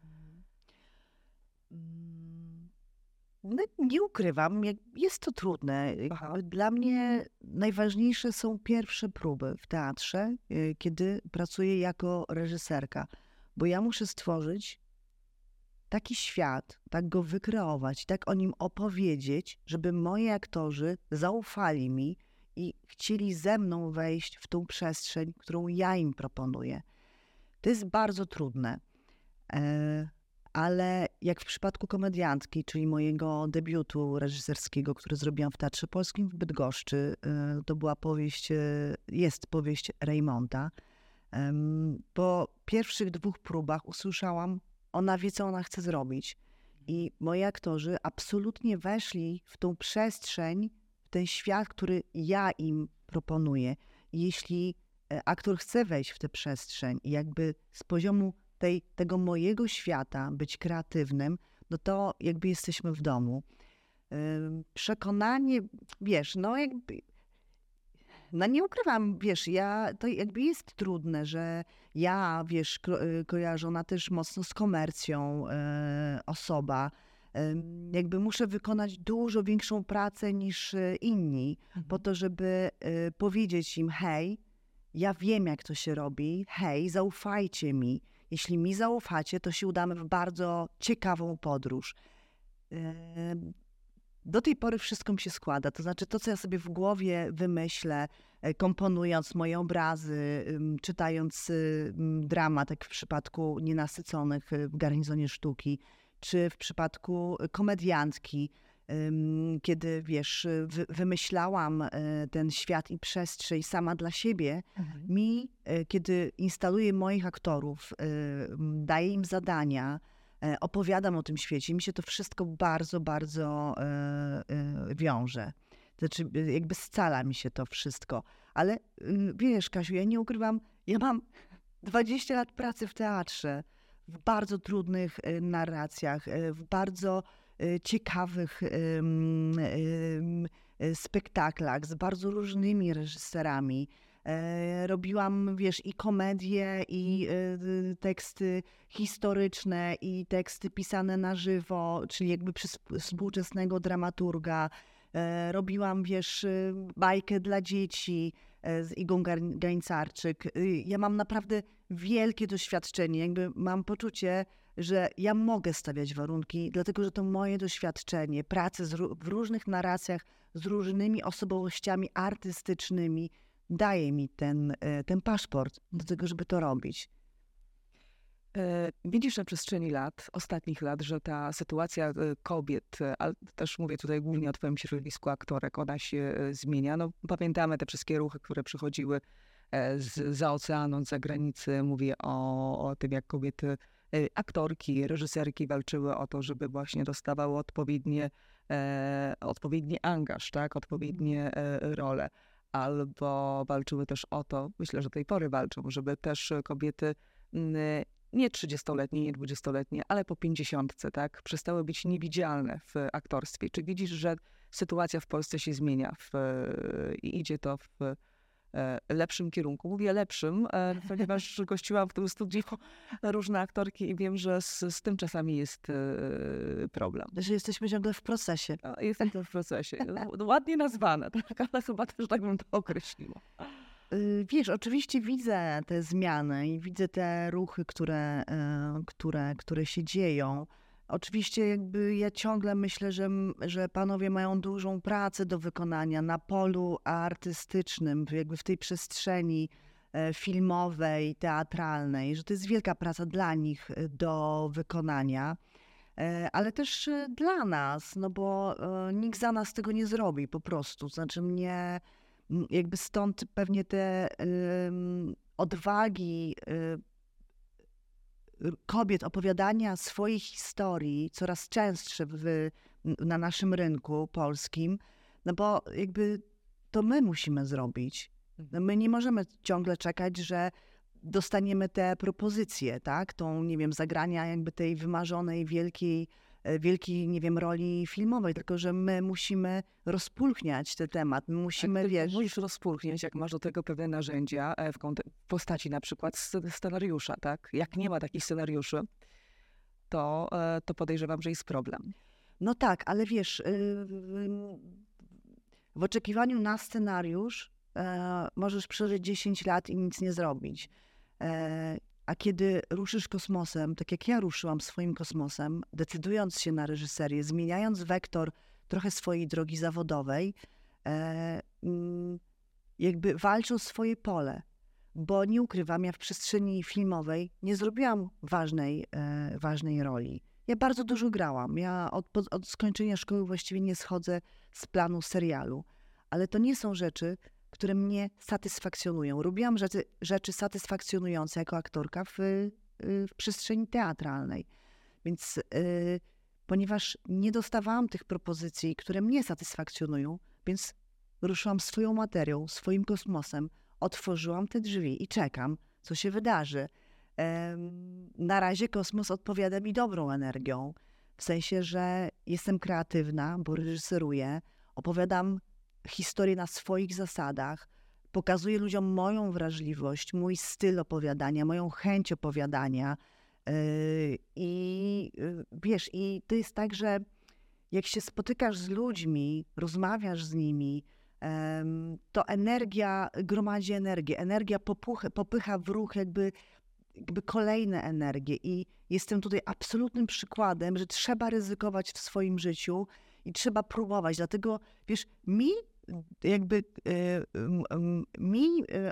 Mm, No, nie ukrywam, jak- jest to trudne. Aha. Dla mnie najważniejsze są pierwsze próby w teatrze, y, kiedy pracuję jako reżyserka, bo ja muszę stworzyć taki świat, tak go wykreować, tak o nim opowiedzieć, żeby moi aktorzy zaufali mi i chcieli ze mną wejść w tą przestrzeń, którą ja im proponuję. To jest bardzo trudne. E, Ale jak w przypadku komediantki, czyli mojego debiutu reżyserskiego, który zrobiłam w Teatrze Polskim w Bydgoszczy, e, to była powieść, e, jest powieść Reymonta. Em, Po pierwszych dwóch próbach usłyszałam, ona wie, co ona chce zrobić. I moi aktorzy absolutnie weszli w tą przestrzeń, w ten świat, który ja im proponuję. I jeśli e, aktor chce wejść w tę przestrzeń i jakby z poziomu tej, tego mojego świata być kreatywnym, no to jakby jesteśmy w domu. Ym, Przekonanie, wiesz, no jakby, no nie ukrywam, wiesz, ja, to jakby jest trudne, że ja, wiesz, ko- y, kojarzona też mocno z komercją y, osoba, ym, jakby muszę wykonać dużo większą pracę niż y, inni, po to, żeby y, powiedzieć im, hej, ja wiem, jak to się robi, hej, zaufajcie mi. Jeśli mi zaufacie, to się udamy w bardzo ciekawą podróż. Em, Do tej pory wszystko mi się składa. To znaczy to, co ja sobie w głowie wymyślę, e, komponując moje obrazy, ym, czytając y, ym, dramat, jak w przypadku Nienasyconych y, w Garnizonie Sztuki, czy w przypadku y, komediantki, ym, kiedy, wiesz, y, wy, wymyślałam y, ten świat i przestrzeń sama dla siebie, mi, e, kiedy instaluję moich aktorów, e, m, daję im zadania, e, opowiadam o tym świecie, mi się to wszystko bardzo, bardzo e, e, wiąże. Znaczy, e, jakby scala mi się to wszystko. Ale y, wiesz, Kasiu, ja nie ukrywam, ja mam dwadzieścia lat pracy w teatrze, w bardzo trudnych e, narracjach, e, w bardzo e, ciekawych em, em, e, spektaklach z bardzo różnymi reżyserami. E, Robiłam, wiesz, i komedie, i e, y, teksty historyczne, i teksty pisane na żywo, czyli jakby przez współczesnego dramaturga. E, Robiłam, wiesz, y, bajkę dla dzieci e, z Igą Gar- Gańcarczyk. Y, Ja mam naprawdę wielkie doświadczenie, jakby mam poczucie, że ja mogę stawiać warunki, dlatego że to moje doświadczenie, pracy z, ró- w różnych narracjach z różnymi osobowościami artystycznymi daje mi ten, e, ten paszport do tego, żeby to robić. E, Widzisz na przestrzeni lat, ostatnich lat, że ta sytuacja e, kobiet, e, ale też mówię tutaj głównie o twoim środowisku aktorek, ona się e, zmienia. No, pamiętamy te wszystkie ruchy, które przychodziły e, z, za oceanu, za granicy. Mówię o, o tym, jak kobiety, e, aktorki, reżyserki walczyły o to, żeby właśnie dostawały odpowiednie, e, odpowiedni angaż, tak? Odpowiednie e, role. Albo walczyły też o to, myślę, że do tej pory walczą, żeby też kobiety mm, nie trzydziestoletnie, nie dwudziestoletnie, ale po pięćdziesiątce, tak, przestały być niewidzialne w aktorstwie. Czy widzisz, że sytuacja w Polsce się zmienia w, i idzie to w e, lepszym kierunku? Mówię lepszym, e, ponieważ gościłam w tym studiu różne aktorki i wiem, że z, z tym czasami jest e, problem. Że jesteśmy ciągle w procesie. No, jestem to w procesie. Ładnie nazwane, tak, ale chyba też tak bym to określiła. Y, Wiesz, oczywiście widzę te zmiany i widzę te ruchy, które, e, które, które się dzieją. Oczywiście jakby ja ciągle myślę, że, m- że panowie mają dużą pracę do wykonania na polu artystycznym, w- jakby w tej przestrzeni e, filmowej, teatralnej, że to jest wielka praca dla nich e, do wykonania. E, Ale też e, dla nas, no bo e, nikt za nas tego nie zrobi po prostu. Znaczy mnie, m, jakby stąd pewnie te ym, odwagi y, y, kobiet opowiadania swojej historii coraz częstsze w, na naszym rynku polskim, no bo jakby to my musimy zrobić. No my nie możemy ciągle czekać, że dostaniemy te propozycje, tak? Tą, nie wiem, zagrania jakby tej wymarzonej, wielkiej, e, wielkiej, nie wiem, roli filmowej, tylko że my musimy rozpulchniać ten temat. My musimy, Ty wiesz... Musisz rozpulchnieć, jak masz do tego pewne narzędzia e, w, konte- w postaci na przykład sc- scenariusza, tak? Jak nie ma takich scenariuszy, to, e, to podejrzewam, że jest problem. No tak, ale wiesz, y, w w oczekiwaniu na scenariusz e, możesz przeżyć dziesięć lat i nic nie zrobić. E, A kiedy ruszysz kosmosem, tak jak ja ruszyłam swoim kosmosem, decydując się na reżyserię, zmieniając wektor trochę swojej drogi zawodowej, e, mm, jakby walczę o swoje pole. Bo nie ukrywam, ja w przestrzeni filmowej nie zrobiłam ważnej, e, ważnej roli. Ja bardzo dużo grałam. Ja od, po- od skończenia szkoły właściwie nie schodzę z planu serialu. Ale to nie są rzeczy, które mnie satysfakcjonują. Robiłam rzeczy, rzeczy satysfakcjonujące jako aktorka w, y, w przestrzeni teatralnej. Więc y, ponieważ nie dostawałam tych propozycji, które mnie satysfakcjonują, więc ruszyłam swoją materią, swoim kosmosem, otworzyłam te drzwi i czekam, co się wydarzy. Em, Na razie kosmos odpowiada mi dobrą energią, w sensie, że jestem kreatywna, bo reżyseruję, opowiadam historię na swoich zasadach, pokazuję ludziom moją wrażliwość, mój styl opowiadania, moją chęć opowiadania. Yy, I yy, wiesz, i to jest tak, że jak się spotykasz z ludźmi, rozmawiasz z nimi, em, to energia gromadzi energię. Energia popuch, popycha w ruch jakby, jakby kolejne energie. I jestem tutaj absolutnym przykładem, że trzeba ryzykować w swoim życiu i trzeba próbować. Dlatego, wiesz, mi jakby e, m, m, mi e,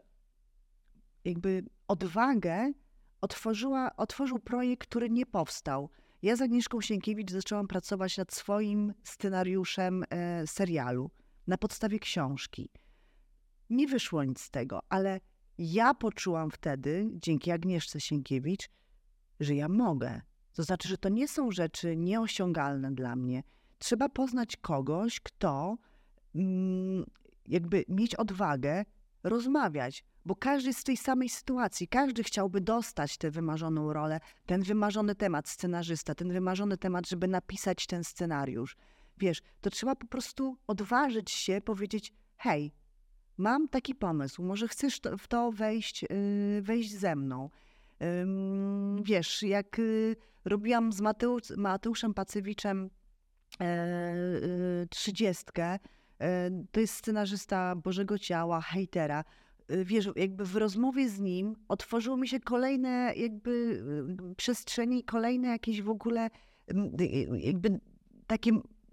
jakby odwagę otworzyła, otworzył projekt, który nie powstał. Ja z Agnieszką Sienkiewicz zaczęłam pracować nad swoim scenariuszem e, serialu na podstawie książki. Nie wyszło nic z tego, ale ja poczułam wtedy, dzięki Agnieszce Sienkiewicz, że ja mogę. To znaczy, że to nie są rzeczy nieosiągalne dla mnie. Trzeba poznać kogoś, kto mm, jakby mieć odwagę rozmawiać, bo każdy jest w tej samej sytuacji. Każdy chciałby dostać tę wymarzoną rolę, ten wymarzony temat, scenarzysta, ten wymarzony temat, żeby napisać ten scenariusz. Wiesz, to trzeba po prostu odważyć się, powiedzieć, hej, mam taki pomysł, może chcesz to, w to wejść, yy, wejść ze mną. Ym, wiesz, jak y, robiłam z Mateusz, Mateuszem Pacewiczem trzydziestkę, to jest scenarzysta Bożego Ciała, hejtera. E, Wiesz, jakby w rozmowie z nim otworzyło mi się kolejne jakby e, przestrzenie i kolejne jakieś w ogóle m, e, jakby takie,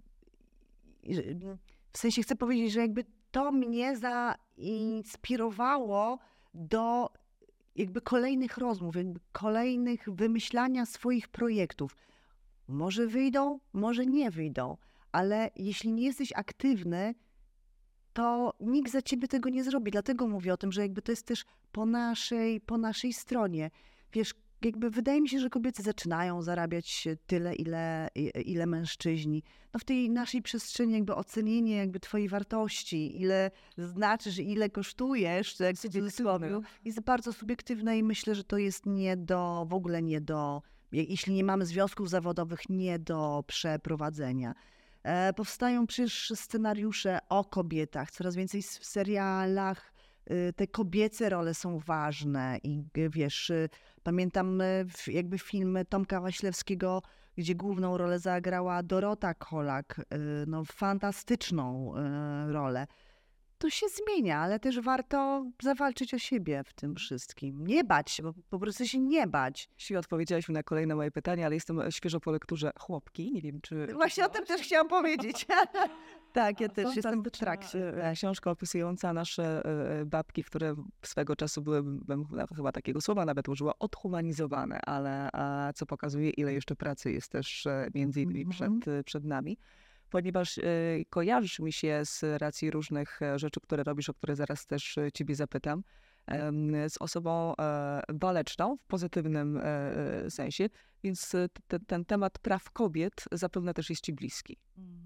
e, w sensie chcę powiedzieć, że jakby to mnie zainspirowało do jakby kolejnych rozmów, jakby kolejnych wymyślania swoich projektów. Może wyjdą, może nie wyjdą, ale jeśli nie jesteś aktywny, to nikt za ciebie tego nie zrobi. Dlatego mówię o tym, że jakby to jest też po naszej, po naszej stronie. Wiesz, jakby wydaje mi się, że kobiety zaczynają zarabiać tyle, ile, ile mężczyźni. No w tej naszej przestrzeni jakby ocenienie jakby twojej wartości, ile znaczysz, ile kosztujesz, jak w cudzysłowie, jest bardzo subiektywne i myślę, że to jest nie do, w ogóle nie do, jeśli nie mamy związków zawodowych, nie do przeprowadzenia. E, powstają przecież scenariusze o kobietach, coraz więcej w serialach y, te kobiece role są ważne i y, wiesz, y, pamiętam y, w- jakby film Tomka Waślewskiego, gdzie główną rolę zagrała Dorota Kolak, y, no fantastyczną y, rolę. to się zmienia, ale też warto zawalczyć o siebie w tym wszystkim. Nie bać się, bo po prostu się nie bać. Jeśli odpowiedziałaś mi na kolejne moje pytanie, ale jestem świeżo po lekturze Chłopki. Nie wiem, czy... Właśnie o tym też chciałam powiedzieć. Tak, ja też jestem w trakcie. Książka opisująca nasze e, babki, które swego czasu były, bym chyba takiego słowa nawet użyła, odhumanizowane, ale a, co pokazuje, ile jeszcze pracy jest też e, między innymi przed, przed nami. Ponieważ e, kojarzysz mi się z racji różnych e, rzeczy, które robisz, o które zaraz też e, ciebie zapytam, e, z osobą e, waleczną w pozytywnym e, e, sensie, więc e, te, ten temat praw kobiet zapewne też jest ci bliski.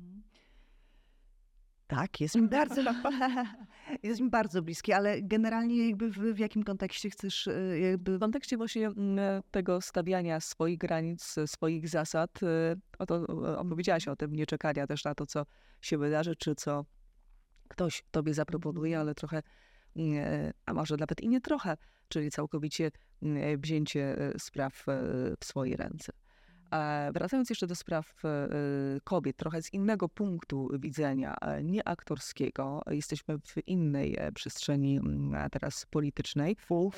Tak, jest mi bardzo, jest mi bardzo bliski, ale generalnie jakby w, w jakim kontekście chcesz y, jakby... W kontekście właśnie mm, tego stawiania swoich granic, swoich zasad, y, o to y, opowiedziałaś o tym, nie czekania też na to, co się wydarzy, czy co ktoś tobie zaproponuje, ale trochę, y, a może nawet i nie trochę, czyli całkowicie y, wzięcie y, spraw y, w swoje ręce. A wracając jeszcze do spraw e, kobiet, trochę z innego punktu widzenia, e, nie aktorskiego, jesteśmy w innej e, przestrzeni m, a teraz politycznej.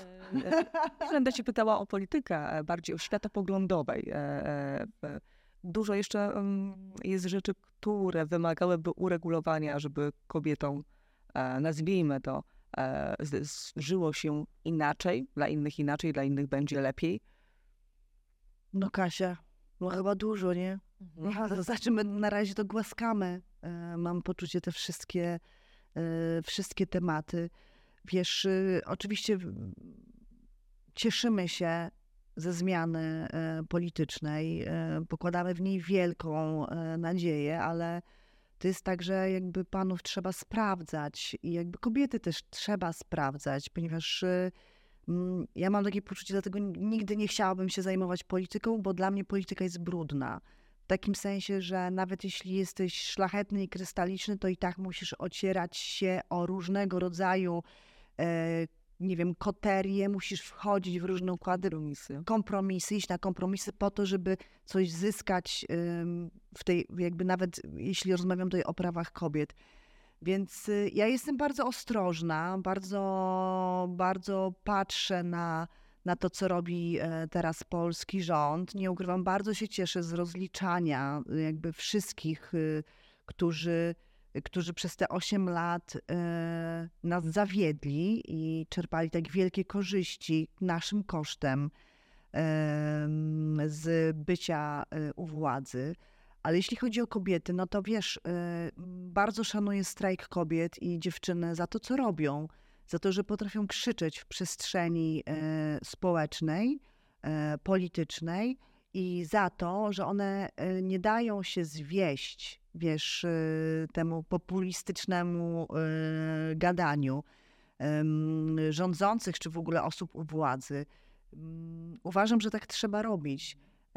E, Będę cię pytała o politykę, e, bardziej o światopoglądowej. E, e, e, Dużo jeszcze mm, jest rzeczy, które wymagałyby uregulowania, żeby kobietom, e, nazwijmy to, e, z- z- żyło się inaczej, dla innych inaczej, dla innych będzie lepiej. No Kasia, no chyba dużo, nie? Aha, to znaczy my na razie to głaskamy. E, Mam poczucie te wszystkie, e, wszystkie tematy. Wiesz, y, oczywiście w- cieszymy się ze zmiany e, politycznej, e, pokładamy w niej wielką e, nadzieję, ale to jest tak, że jakby panów trzeba sprawdzać i jakby kobiety też trzeba sprawdzać, ponieważ y, mm, ja mam takie poczucie, dlatego nigdy nie chciałabym się zajmować polityką, bo dla mnie polityka jest brudna. W takim sensie, że nawet jeśli jesteś szlachetny i krystaliczny, to i tak musisz ocierać się o różnego rodzaju, e, nie wiem, koterie, musisz wchodzić w różne układy, Kompromisy. kompromisy, iść na kompromisy po to, żeby coś zyskać ym, w tej, jakby nawet jeśli rozmawiam tutaj o prawach kobiet. Więc y, ja jestem bardzo ostrożna, bardzo, bardzo patrzę na, na to, co robi e, teraz polski rząd. Nie ukrywam, bardzo się cieszę z rozliczania y, jakby wszystkich, y, którzy, którzy przez te osiem lat e, nas zawiedli i czerpali tak wielkie korzyści naszym kosztem em, z bycia e, u władzy. Ale jeśli chodzi o kobiety, no to wiesz, y, bardzo szanuję strajk kobiet i dziewczyny za to, co robią. Za to, że potrafią krzyczeć w przestrzeni y, społecznej, y, politycznej i za to, że one y, nie dają się zwieść, wiesz, y, temu populistycznemu y, gadaniu ym, rządzących czy w ogóle osób u władzy. Ym, Uważam, że tak trzeba robić.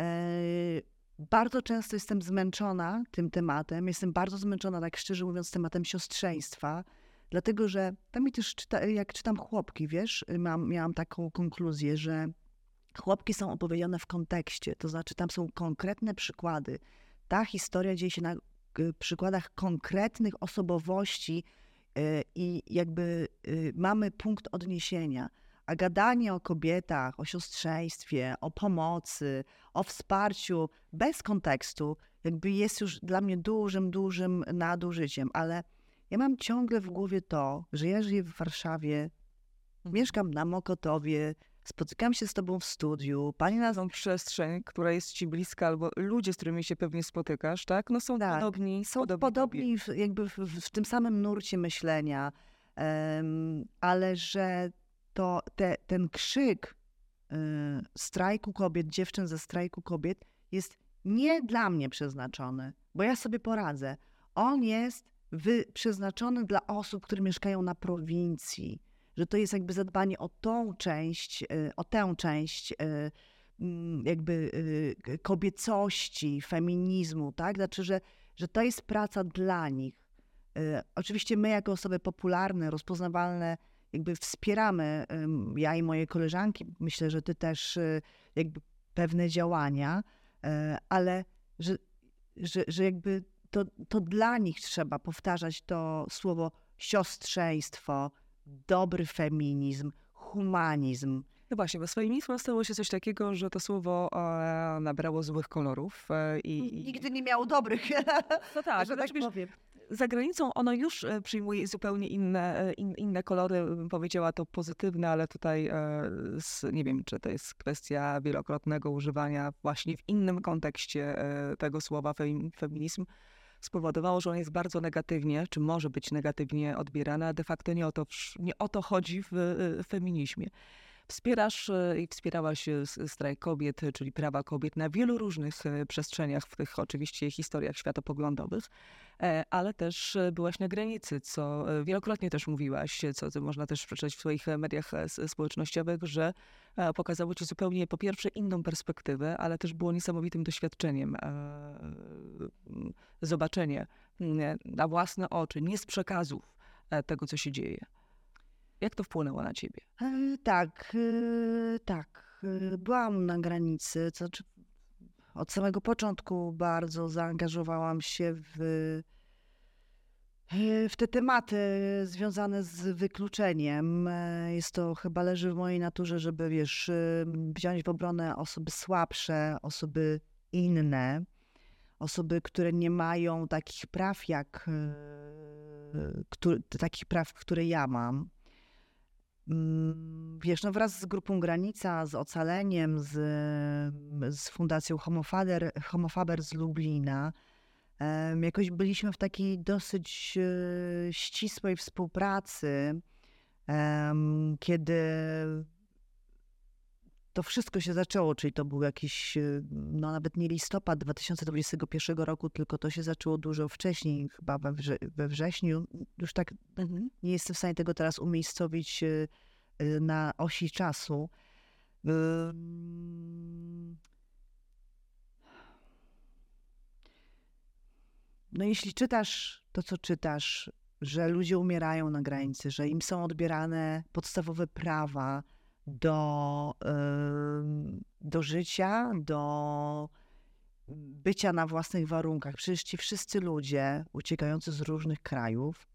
Y, Bardzo często jestem zmęczona tym tematem. Jestem bardzo zmęczona, tak szczerze mówiąc, tematem siostrzeństwa, dlatego że tam mi też, czyta, jak czytam Chłopki, wiesz, mam, miałam taką konkluzję, że Chłopki są opowiedziane w kontekście, to znaczy tam są konkretne przykłady. Ta historia dzieje się na y, przykładach konkretnych osobowości y, i jakby y, mamy punkt odniesienia. A gadanie o kobietach, o siostrzeństwie, o pomocy, o wsparciu bez kontekstu jakby jest już dla mnie dużym, dużym nadużyciem. Ale ja mam ciągle w głowie to, że ja żyję w Warszawie, mieszkam na Mokotowie, spotykam się z tobą w studiu, pani nas... Tą przestrzeń, która jest ci bliska, albo ludzie, z którymi się pewnie spotykasz, tak? No są Tak, podobni. są podobni w, jakby w, w, w tym samym nurcie myślenia, em, ale że to te, ten krzyk y, strajku kobiet, dziewczyn ze strajku kobiet jest nie dla mnie przeznaczony, bo ja sobie poradzę. On jest wy, przeznaczony dla osób, które mieszkają na prowincji, że to jest jakby zadbanie o tą część, y, o tę część y, mm, jakby y, kobiecości, feminizmu, tak? Znaczy, że, że to jest praca dla nich. Y, Oczywiście my jako osoby popularne, rozpoznawalne, jakby wspieramy, ym, ja i moje koleżanki, myślę, że ty też, y, jakby pewne działania, y, ale że, że, że jakby to, to dla nich trzeba powtarzać to słowo siostrzeństwo, dobry feminizm, humanizm. No właśnie, bo z feminizmem stało się coś takiego, że to słowo e, nabrało złych kolorów. E, i, Nigdy nie miało dobrych, no tak, że tak znaczy, wiesz, powiem. za granicą ono już e, przyjmuje zupełnie inne, e, in, inne kolory, bym powiedziała to pozytywne, ale tutaj e, z, nie wiem, czy to jest kwestia wielokrotnego używania właśnie w innym kontekście e, tego słowa fem- feminizm, spowodowało, że on jest bardzo negatywnie, czy może być negatywnie odbierany, a de facto nie o to, wsz- nie o to chodzi w e, feminizmie. Wspierasz e, i wspierałaś e, s- strajk kobiet, e, czyli prawa kobiet na wielu różnych e, przestrzeniach, w tych oczywiście historiach światopoglądowych, e, ale też e, byłaś na granicy, co e, wielokrotnie też mówiłaś, e, co co można też przeczytać w swoich e, mediach e, s- społecznościowych, że e, pokazało ci zupełnie po pierwsze inną perspektywę, ale też było niesamowitym doświadczeniem. e, m, Zobaczenie m, na własne oczy, nie z przekazów e, tego, co się dzieje. Jak to wpłynęło na ciebie? E, Tak, e, tak. e, Byłam na granicy, to znaczy od samego początku bardzo zaangażowałam się w, e, w te tematy związane z wykluczeniem. E, Jest to chyba leży w mojej naturze, żeby wiesz, e, wziąć w obronę osoby słabsze, osoby inne, osoby, które nie mają takich praw jak e, któ- takich praw, które ja mam. Mm, Wiesz, no wraz z grupą Granica, z Ocaleniem, z, z Fundacją Homofaber, Homofaber z Lublina, em, jakoś byliśmy w takiej dosyć e, ścisłej współpracy, em, kiedy to wszystko się zaczęło, czyli to był jakiś, e, no nawet nie listopad dwa tysiące dwudziestego pierwszego roku, tylko to się zaczęło dużo wcześniej, chyba we, wrze we wrześniu. Już tak nie jestem w stanie tego teraz umiejscowić e, e, na osi czasu. Ym, No jeśli czytasz to, co czytasz, że ludzie umierają na granicy, że im są odbierane podstawowe prawa do, ym, do życia, do bycia na własnych warunkach. Przecież ci wszyscy ludzie uciekający z różnych krajów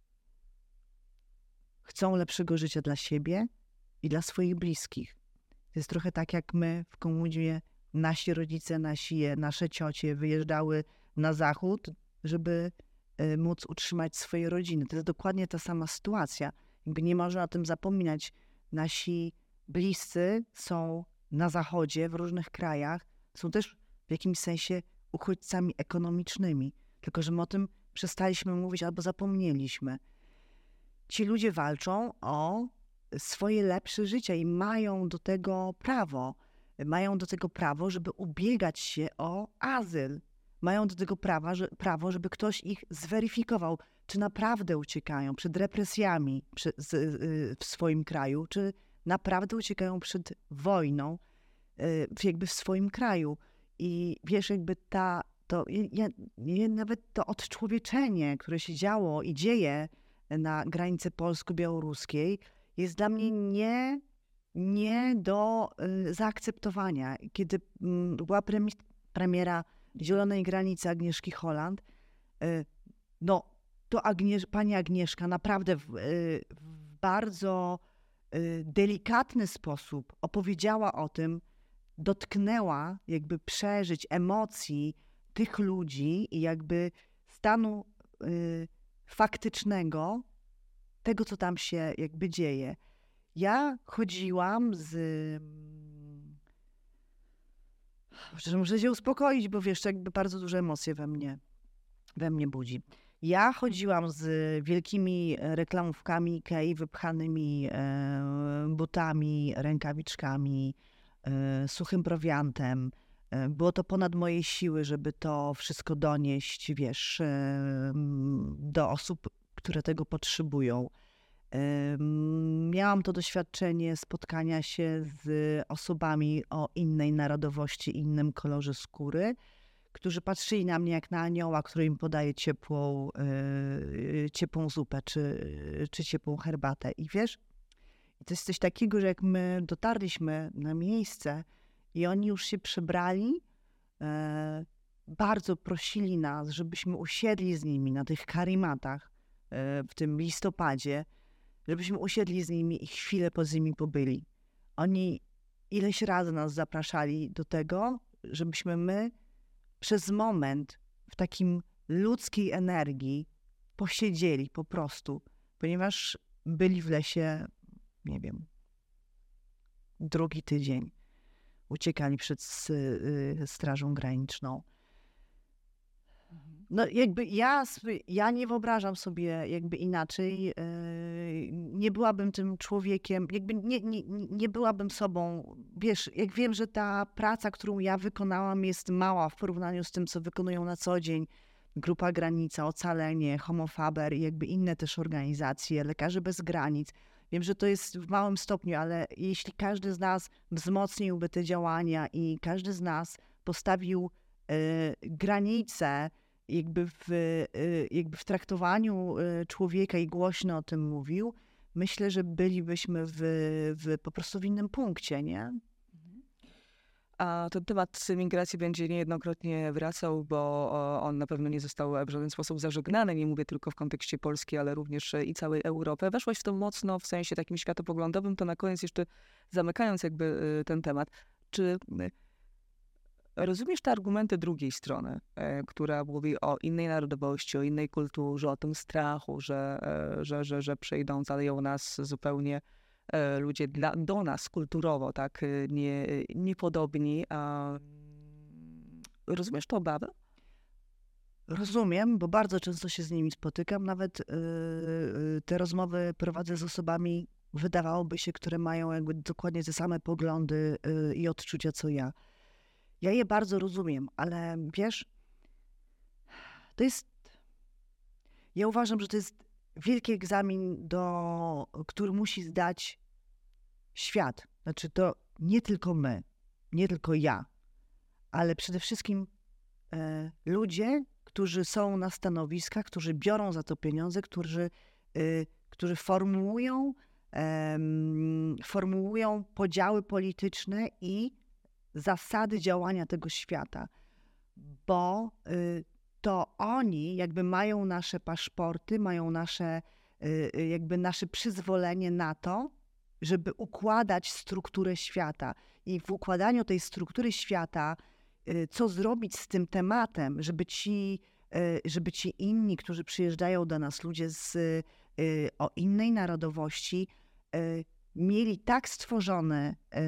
chcą lepszego życia dla siebie i dla swoich bliskich. To jest trochę tak, jak my w komunizmie, nasi rodzice, nasi, nasze ciocie wyjeżdżały na zachód, żeby y, móc utrzymać swoje rodziny. To jest dokładnie ta sama sytuacja. Jakby nie można o tym zapominać. Nasi bliscy są na zachodzie, w różnych krajach, są też w jakimś sensie uchodźcami ekonomicznymi. Tylko że my o tym przestaliśmy mówić albo zapomnieliśmy. Ci ludzie walczą o swoje lepsze życie i mają do tego prawo. Mają do tego prawo, żeby ubiegać się o azyl. Mają do tego prawa, że, prawo, żeby ktoś ich zweryfikował, czy naprawdę uciekają przed represjami przy, z, y, w swoim kraju, czy naprawdę uciekają przed wojną y, jakby w swoim kraju. I wiesz, jakby ta, to ja, ja, nawet to odczłowieczenie, które się działo i dzieje na granicy polsko-białoruskiej, jest dla mnie nie, nie do y, zaakceptowania. Kiedy y, była premi premiera Zielonej Granicy Agnieszki Holland, y, no to Agniesz pani Agnieszka naprawdę w, y, w bardzo y, delikatny sposób opowiedziała o tym, dotknęła jakby przeżyć emocji tych ludzi i jakby stanu y, faktycznego tego, co tam się jakby dzieje. Ja chodziłam z... Że muszę się uspokoić, bo wiesz, jakby bardzo duże emocje we mnie, we mnie budzi. Ja chodziłam z wielkimi reklamówkami Ikei, wypchanymi e, butami, rękawiczkami, e, suchym prowiantem. E, było to ponad moje siły, żeby to wszystko donieść, wiesz, e, do osób, które tego potrzebują. Miałam to doświadczenie spotkania się z osobami o innej narodowości, innym kolorze skóry, którzy patrzyli na mnie jak na anioła, który im podaje ciepłą, yy, ciepłą zupę czy, czy ciepłą herbatę. I wiesz, to jest coś takiego, że jak my dotarliśmy na miejsce i oni już się przebrali, yy, bardzo prosili nas, żebyśmy usiedli z nimi na tych karimatach, w tym listopadzie, żebyśmy usiedli z nimi i chwilę po z nimi pobyli. Oni ileś razy nas zapraszali do tego, żebyśmy my przez moment w takim ludzkiej energii posiedzieli po prostu, ponieważ byli w lesie, nie wiem, drugi tydzień. Uciekali przed s- y, Strażą Graniczną. No jakby ja, swy- ja nie wyobrażam sobie jakby inaczej. Yy, nie byłabym tym człowiekiem, jakby nie, nie, nie byłabym sobą. Wiesz, jak wiem, że ta praca, którą ja wykonałam, jest mała w porównaniu z tym, co wykonują na co dzień Grupa Granica, Ocalenie, Homo Faber i jakby inne też organizacje, Lekarze Bez Granic. Wiem, że to jest w małym stopniu, ale jeśli każdy z nas wzmocniłby te działania i każdy z nas postawił yy, granice, jakby w, y, jakby w traktowaniu y, człowieka i głośno o tym mówił, myślę, że bylibyśmy w, w po prostu w innym punkcie, nie? A ten temat migracji będzie niejednokrotnie wracał, bo o, on na pewno nie został w żaden sposób zażegnany. Nie mówię tylko w kontekście Polski, ale również i całej Europy. Weszłaś w to mocno w sensie takim światopoglądowym, to na koniec jeszcze zamykając jakby y, ten temat. Czy y, rozumiesz te argumenty drugiej strony, e, która mówi o innej narodowości, o innej kulturze, o tym strachu, że, e, że, że, że przyjdą, zaleją nas zupełnie e, ludzie dla, do nas kulturowo, tak, e, nie, niepodobni. A, rozumiesz tę obawę? Rozumiem, bo bardzo często się z nimi spotykam. Nawet yy, te rozmowy prowadzę z osobami, wydawałoby się, które mają jakby dokładnie te same poglądy yy, i odczucia, co ja. Ja je bardzo rozumiem, ale wiesz, to jest... Ja uważam, że to jest wielki egzamin, do, który musi zdać świat. Znaczy to nie tylko my, nie tylko ja, ale przede wszystkim e, ludzie, którzy są na stanowiskach, którzy biorą za to pieniądze, którzy, e, którzy formułują, e, formułują podziały polityczne i zasady działania tego świata, bo y, to oni jakby mają nasze paszporty, mają nasze, y, jakby nasze przyzwolenie na to, żeby układać strukturę świata. I w układaniu tej struktury świata, y, co zrobić z tym tematem, żeby ci, y, żeby ci inni, którzy przyjeżdżają do nas, ludzie z, y, o innej narodowości, y, mieli tak stworzone y,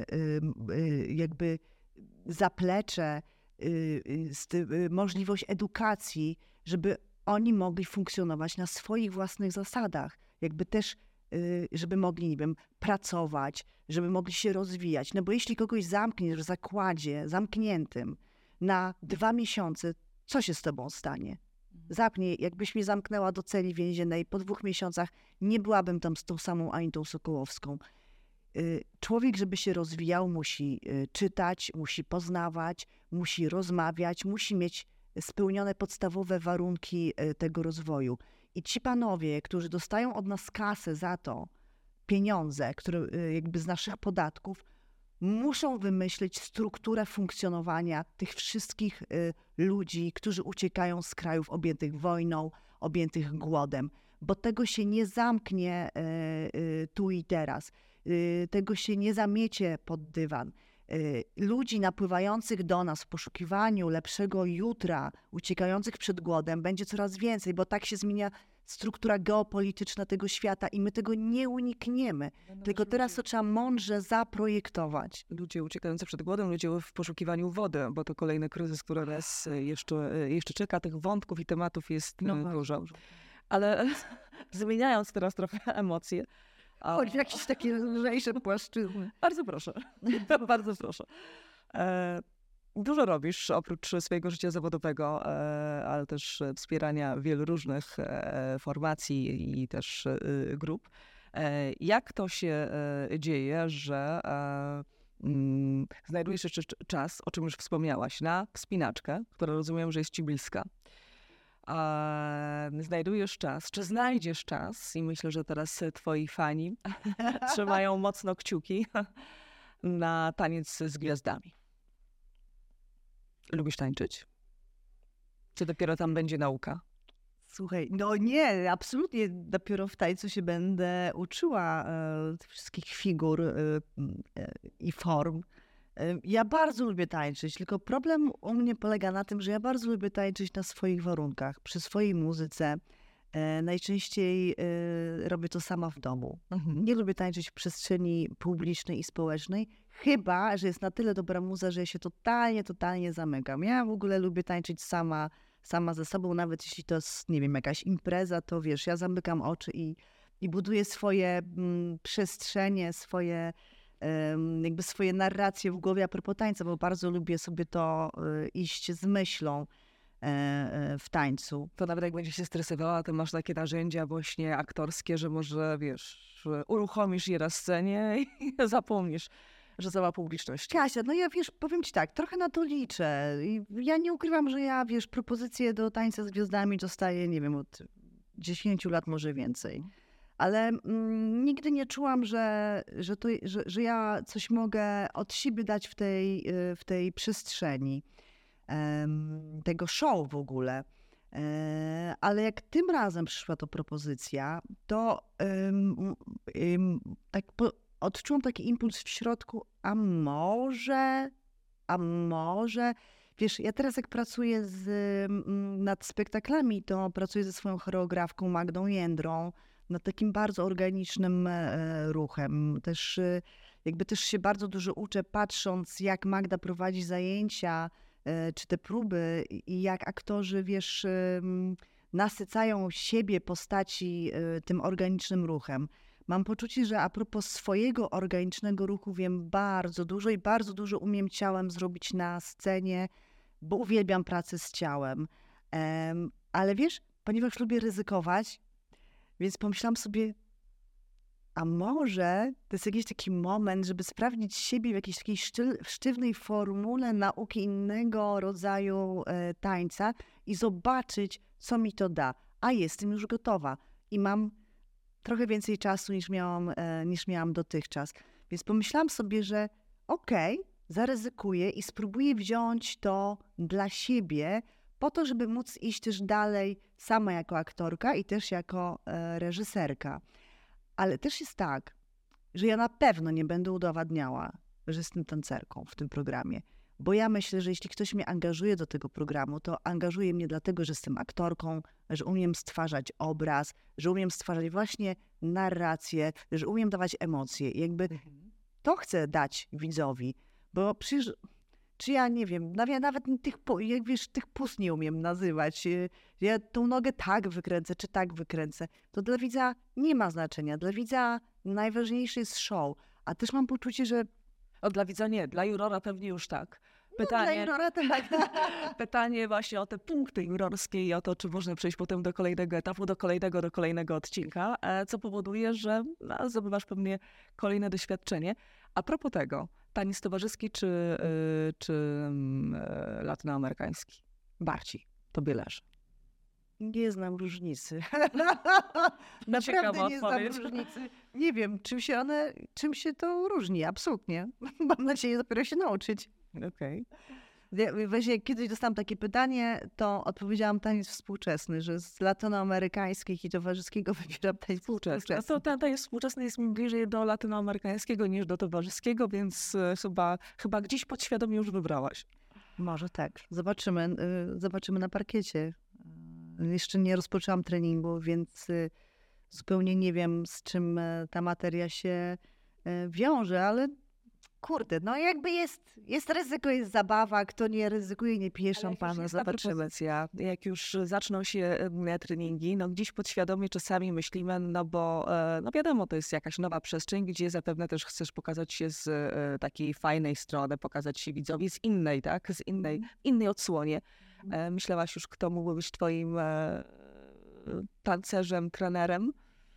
y, y, jakby zaplecze, y, y, st- y, możliwość edukacji, żeby oni mogli funkcjonować na swoich własnych zasadach. Jakby też, y, żeby mogli, nie wiem, pracować, żeby mogli się rozwijać. No bo jeśli kogoś zamkniesz w zakładzie zamkniętym na dwa miesiące, co się z tobą stanie? Zapnij, jakbyś mnie zamknęła do celi więziennej po dwóch miesiącach, nie byłabym tam z tą samą Anitą Sokołowską. Y, Człowiek, żeby się rozwijał, musi y, czytać, musi poznawać, musi rozmawiać, musi mieć spełnione podstawowe warunki y, tego rozwoju. I ci panowie, którzy dostają od nas kasę za to, pieniądze, które y, jakby z naszych podatków, muszą wymyślić strukturę funkcjonowania tych wszystkich y, ludzi, którzy uciekają z krajów objętych wojną, objętych głodem, bo tego się nie zamknie y, y, tu i teraz. Y, tego się nie zamiecie pod dywan. Y, Ludzi napływających do nas w poszukiwaniu lepszego jutra, uciekających przed głodem, będzie coraz więcej, bo tak się zmienia struktura geopolityczna tego świata i my tego nie unikniemy. Będą Tylko też teraz ludzie- to trzeba mądrze zaprojektować. Ludzie uciekający przed głodem, ludzie w poszukiwaniu wody, bo to kolejny kryzys, który nas e, jeszcze, e, jeszcze czeka. Tych wątków i tematów jest No e, bardzo dużo. dużo. Ale zmieniając teraz trochę emocje. a- Chodź w jakieś takie lżejsze płaszczyzny. Bardzo proszę. Bardzo proszę. E, dużo robisz oprócz swojego życia zawodowego, e, ale też wspierania wielu różnych e, formacji i też e, grup. E, jak to się e, dzieje, że e, mm, znajdujesz jeszcze cz- czas, o czym już wspomniałaś, na wspinaczkę, która rozumiem, że jest ci bliska. E, znajdujesz czas, czy znajdziesz czas i myślę, że teraz twoi fani trzymają mocno kciuki na taniec z gwiazdami. Lubisz tańczyć? Czy dopiero tam będzie nauka? Słuchaj, no nie, absolutnie dopiero w tańcu się będę uczyła e, tych wszystkich figur e, e, i form. E, ja bardzo lubię tańczyć, tylko problem u mnie polega na tym, że ja bardzo lubię tańczyć na swoich warunkach, przy swojej muzyce. E, najczęściej e, robię to sama w domu. Mhm. Nie lubię tańczyć w przestrzeni publicznej i społecznej, chyba że jest na tyle dobra muza, że ja się totalnie, totalnie zamykam. Ja w ogóle lubię tańczyć sama, sama ze sobą, nawet jeśli to jest, nie wiem, jakaś impreza, to wiesz, ja zamykam oczy i, i buduję swoje mm, przestrzenie, swoje em, jakby swoje narracje w głowie a propos tańca, bo bardzo lubię sobie to y, iść z myślą e, e, w tańcu. To nawet jak będziesz się stresowała, to masz takie narzędzia właśnie aktorskie, że może, wiesz, że uruchomisz je na scenie i zapomnisz, że cała publiczność. Kasia, no ja wiesz, powiem ci tak, trochę na to liczę. I ja nie ukrywam, że ja, wiesz, propozycje do tańca z gwiazdami dostaję, nie wiem, od dziesięciu lat, może więcej. Ale mm, nigdy nie czułam, że, że, to, że, że ja coś mogę od siebie dać w tej, y, w tej przestrzeni em, tego show w ogóle. E, ale jak tym razem przyszła to propozycja, to em, em, tak po, odczułam taki impuls w środku, a może, a może, wiesz, ja teraz jak pracuję z, mm, nad spektaklami, to pracuję ze swoją choreografką Magdą Jędrą, nad takim bardzo organicznym e, ruchem. Też e, jakby też się bardzo dużo uczę, patrząc jak Magda prowadzi zajęcia, e, czy te próby i jak aktorzy, wiesz, e, m, nasycają siebie, postaci e, tym organicznym ruchem. Mam poczucie, że a propos swojego organicznego ruchu wiem bardzo dużo i bardzo dużo umiem ciałem zrobić na scenie, bo uwielbiam pracę z ciałem. Em, ale wiesz, ponieważ lubię ryzykować, więc pomyślałam sobie, a może to jest jakiś taki moment, żeby sprawdzić siebie w jakiejś takiej sztyl, sztywnej formule nauki innego rodzaju e, tańca i zobaczyć, co mi to da. A jestem już gotowa i mam trochę więcej czasu niż miałam, e, niż miałam dotychczas. Więc pomyślałam sobie, że okej, okay, zaryzykuję i spróbuję wziąć to dla siebie, po to, żeby móc iść też dalej sama jako aktorka i też jako e, reżyserka. Ale też jest tak, że ja na pewno nie będę udowadniała, że jestem tancerką w tym programie. Bo ja myślę, że jeśli ktoś mnie angażuje do tego programu, to angażuje mnie dlatego, że jestem aktorką, że umiem stwarzać obraz, że umiem stwarzać właśnie narrację, że umiem dawać emocje. I jakby Mhm. to chcę dać widzowi, bo przecież, czy ja nie wiem, nawet, nawet tych, jak wiesz, tych pust nie umiem nazywać. Ja tą nogę tak wykręcę, czy tak wykręcę. To dla widza nie ma znaczenia. Dla widza najważniejszy jest show. A też mam poczucie, że O, dla widza nie, dla jurora pewnie już tak. no, dla Pytanie, jurora tak. pytanie właśnie o te punkty jurorskie i o to, czy można przejść potem do kolejnego etapu, do kolejnego, do kolejnego odcinka, e, co powoduje, że no, zdobywasz pewnie kolejne doświadczenie. A propos tego, taniec towarzyski czy, y, czy y, latynoamerykański? Bardziej tobie leży. Nie znam różnicy. Ciekawa Naprawdę nie znam odpowiedź. różnicy. Nie wiem, czym się one, czym się to różni. Absolutnie. Mam nadzieję dopiero się nauczyć. Okej. Ja- Właśnie jak kiedyś dostałam takie pytanie, to odpowiedziałam taniec współczesny, że z latynoamerykańskich i towarzyskiego wybieram taniec Współczesny. współczesny. To ten taniec współczesny jest mi bliżej do latynoamerykańskiego niż do towarzyskiego, więc e, chyba, chyba gdzieś podświadomie już wybrałaś. Może tak. Zobaczymy, y, zobaczymy na parkiecie. Y, Jeszcze nie rozpoczęłam treningu, więc y, zupełnie nie wiem, z czym e, ta materia się e, wiąże, ale kurde, no jakby jest, jest ryzyko, jest zabawa, kto nie ryzykuje, nie pije Ale jak już szampana, jest ta zobaczymy. propozycja, jak już zaczną się em, treningi, no gdzieś podświadomie czasami myślimy, no bo e, no wiadomo, to jest jakaś nowa przestrzeń, gdzie zapewne też chcesz pokazać się z e, takiej fajnej strony, pokazać się widzowi z innej, tak, z innej, Mhm. innej odsłonie. E, myślałaś już, kto mógłby być twoim e, tancerzem, trenerem?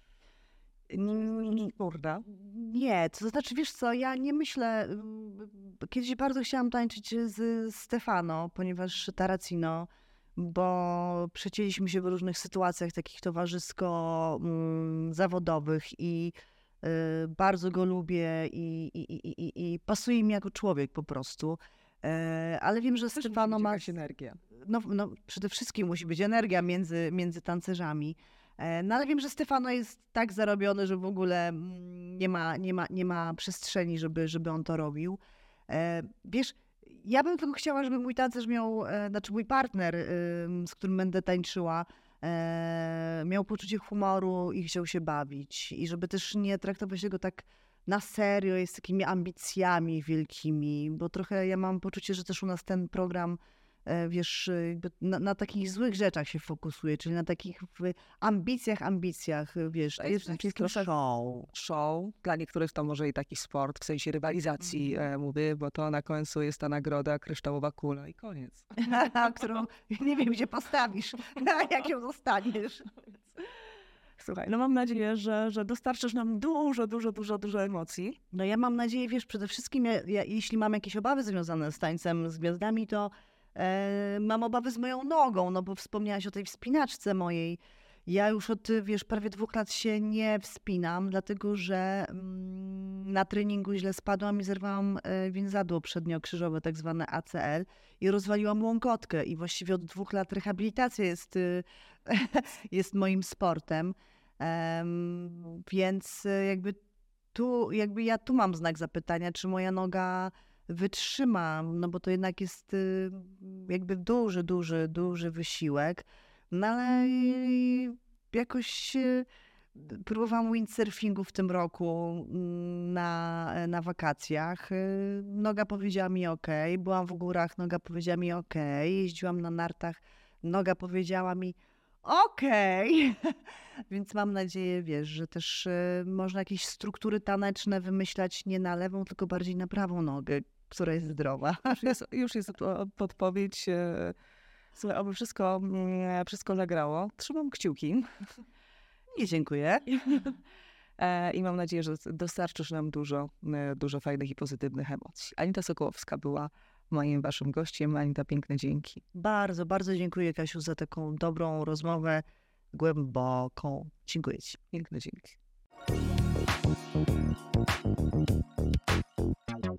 Mm, Kurde. Nie, to znaczy, wiesz co, ja nie myślę, mm, kiedyś bardzo chciałam tańczyć z Stefano, ponieważ Taracino, bo przecięliśmy się w różnych sytuacjach takich towarzysko-zawodowych i y, bardzo go lubię i, i, i, i, i pasuje mi jako człowiek po prostu. E, ale wiem, że Też musi Stefano być ma... jakaś energia. no, no, przede wszystkim musi być energia między, między tancerzami. E, No ale wiem, że Stefano jest tak zarobiony, że w ogóle mm, nie ma, nie ma, nie ma przestrzeni, żeby, żeby on to robił. E, Wiesz, ja bym tylko chciała, żeby mój tancerz miał, e, znaczy mój partner, ym, z którym będę tańczyła, e, miał poczucie humoru i chciał się bawić. I żeby też nie traktować tego tak na serio i z takimi ambicjami wielkimi, bo trochę ja mam poczucie, że też u nas ten program, e, wiesz, e, jakby na, na takich złych rzeczach się fokusuje, czyli na takich w ambicjach, ambicjach, e, wiesz, to jest taki taki trochę show. show. Dla niektórych to może i taki sport, w sensie rywalizacji, Mhm. e, mówię, bo to na końcu jest ta nagroda, kryształowa kula i koniec. którą nie wiem, gdzie postawisz, jak ją dostaniesz. Słuchaj, no mam nadzieję, że, że dostarczysz nam dużo, dużo, dużo, dużo emocji. No ja mam nadzieję, wiesz, przede wszystkim, ja, ja, jeśli mam jakieś obawy związane z tańcem z gwiazdami, to e, mam obawy z moją nogą, no bo wspomniałaś o tej wspinaczce mojej. Ja już od, wiesz, prawie dwóch lat się nie wspinam, dlatego że mm, na treningu źle spadłam i zerwałam e, więzadło przedniokrzyżowe, tak zwane A C L, i rozwaliłam łąkotkę. I właściwie od dwóch lat rehabilitacja jest, y, jest moim sportem. Em, więc y, jakby tu, jakby ja tu mam znak zapytania, czy moja noga wytrzyma, no bo to jednak jest y, jakby duży, duży, duży wysiłek. No ale y, jakoś y, próbowałam windsurfingu w tym roku mm, na, na wakacjach. Y, Noga powiedziała mi ok, byłam w górach, noga powiedziała mi ok, jeździłam na nartach, noga powiedziała mi okej. Więc mam nadzieję, wiesz, że też y, można jakieś struktury taneczne wymyślać nie na lewą, tylko bardziej na prawą nogę, która jest zdrowa. Już jest, już jest o- podpowiedź. e, Słuchaj, oby wszystko, mm, wszystko zagrało. Trzymam kciuki. Nie, dziękuję. E, I mam nadzieję, że dostarczysz nam dużo, e, dużo fajnych i pozytywnych emocji. Anita Sokołowska była moim waszym gościem. Anita, piękne dzięki. Bardzo, bardzo dziękuję, Kasiu, za taką dobrą rozmowę, głęboką. Dziękuję ci. Piękne dzięki.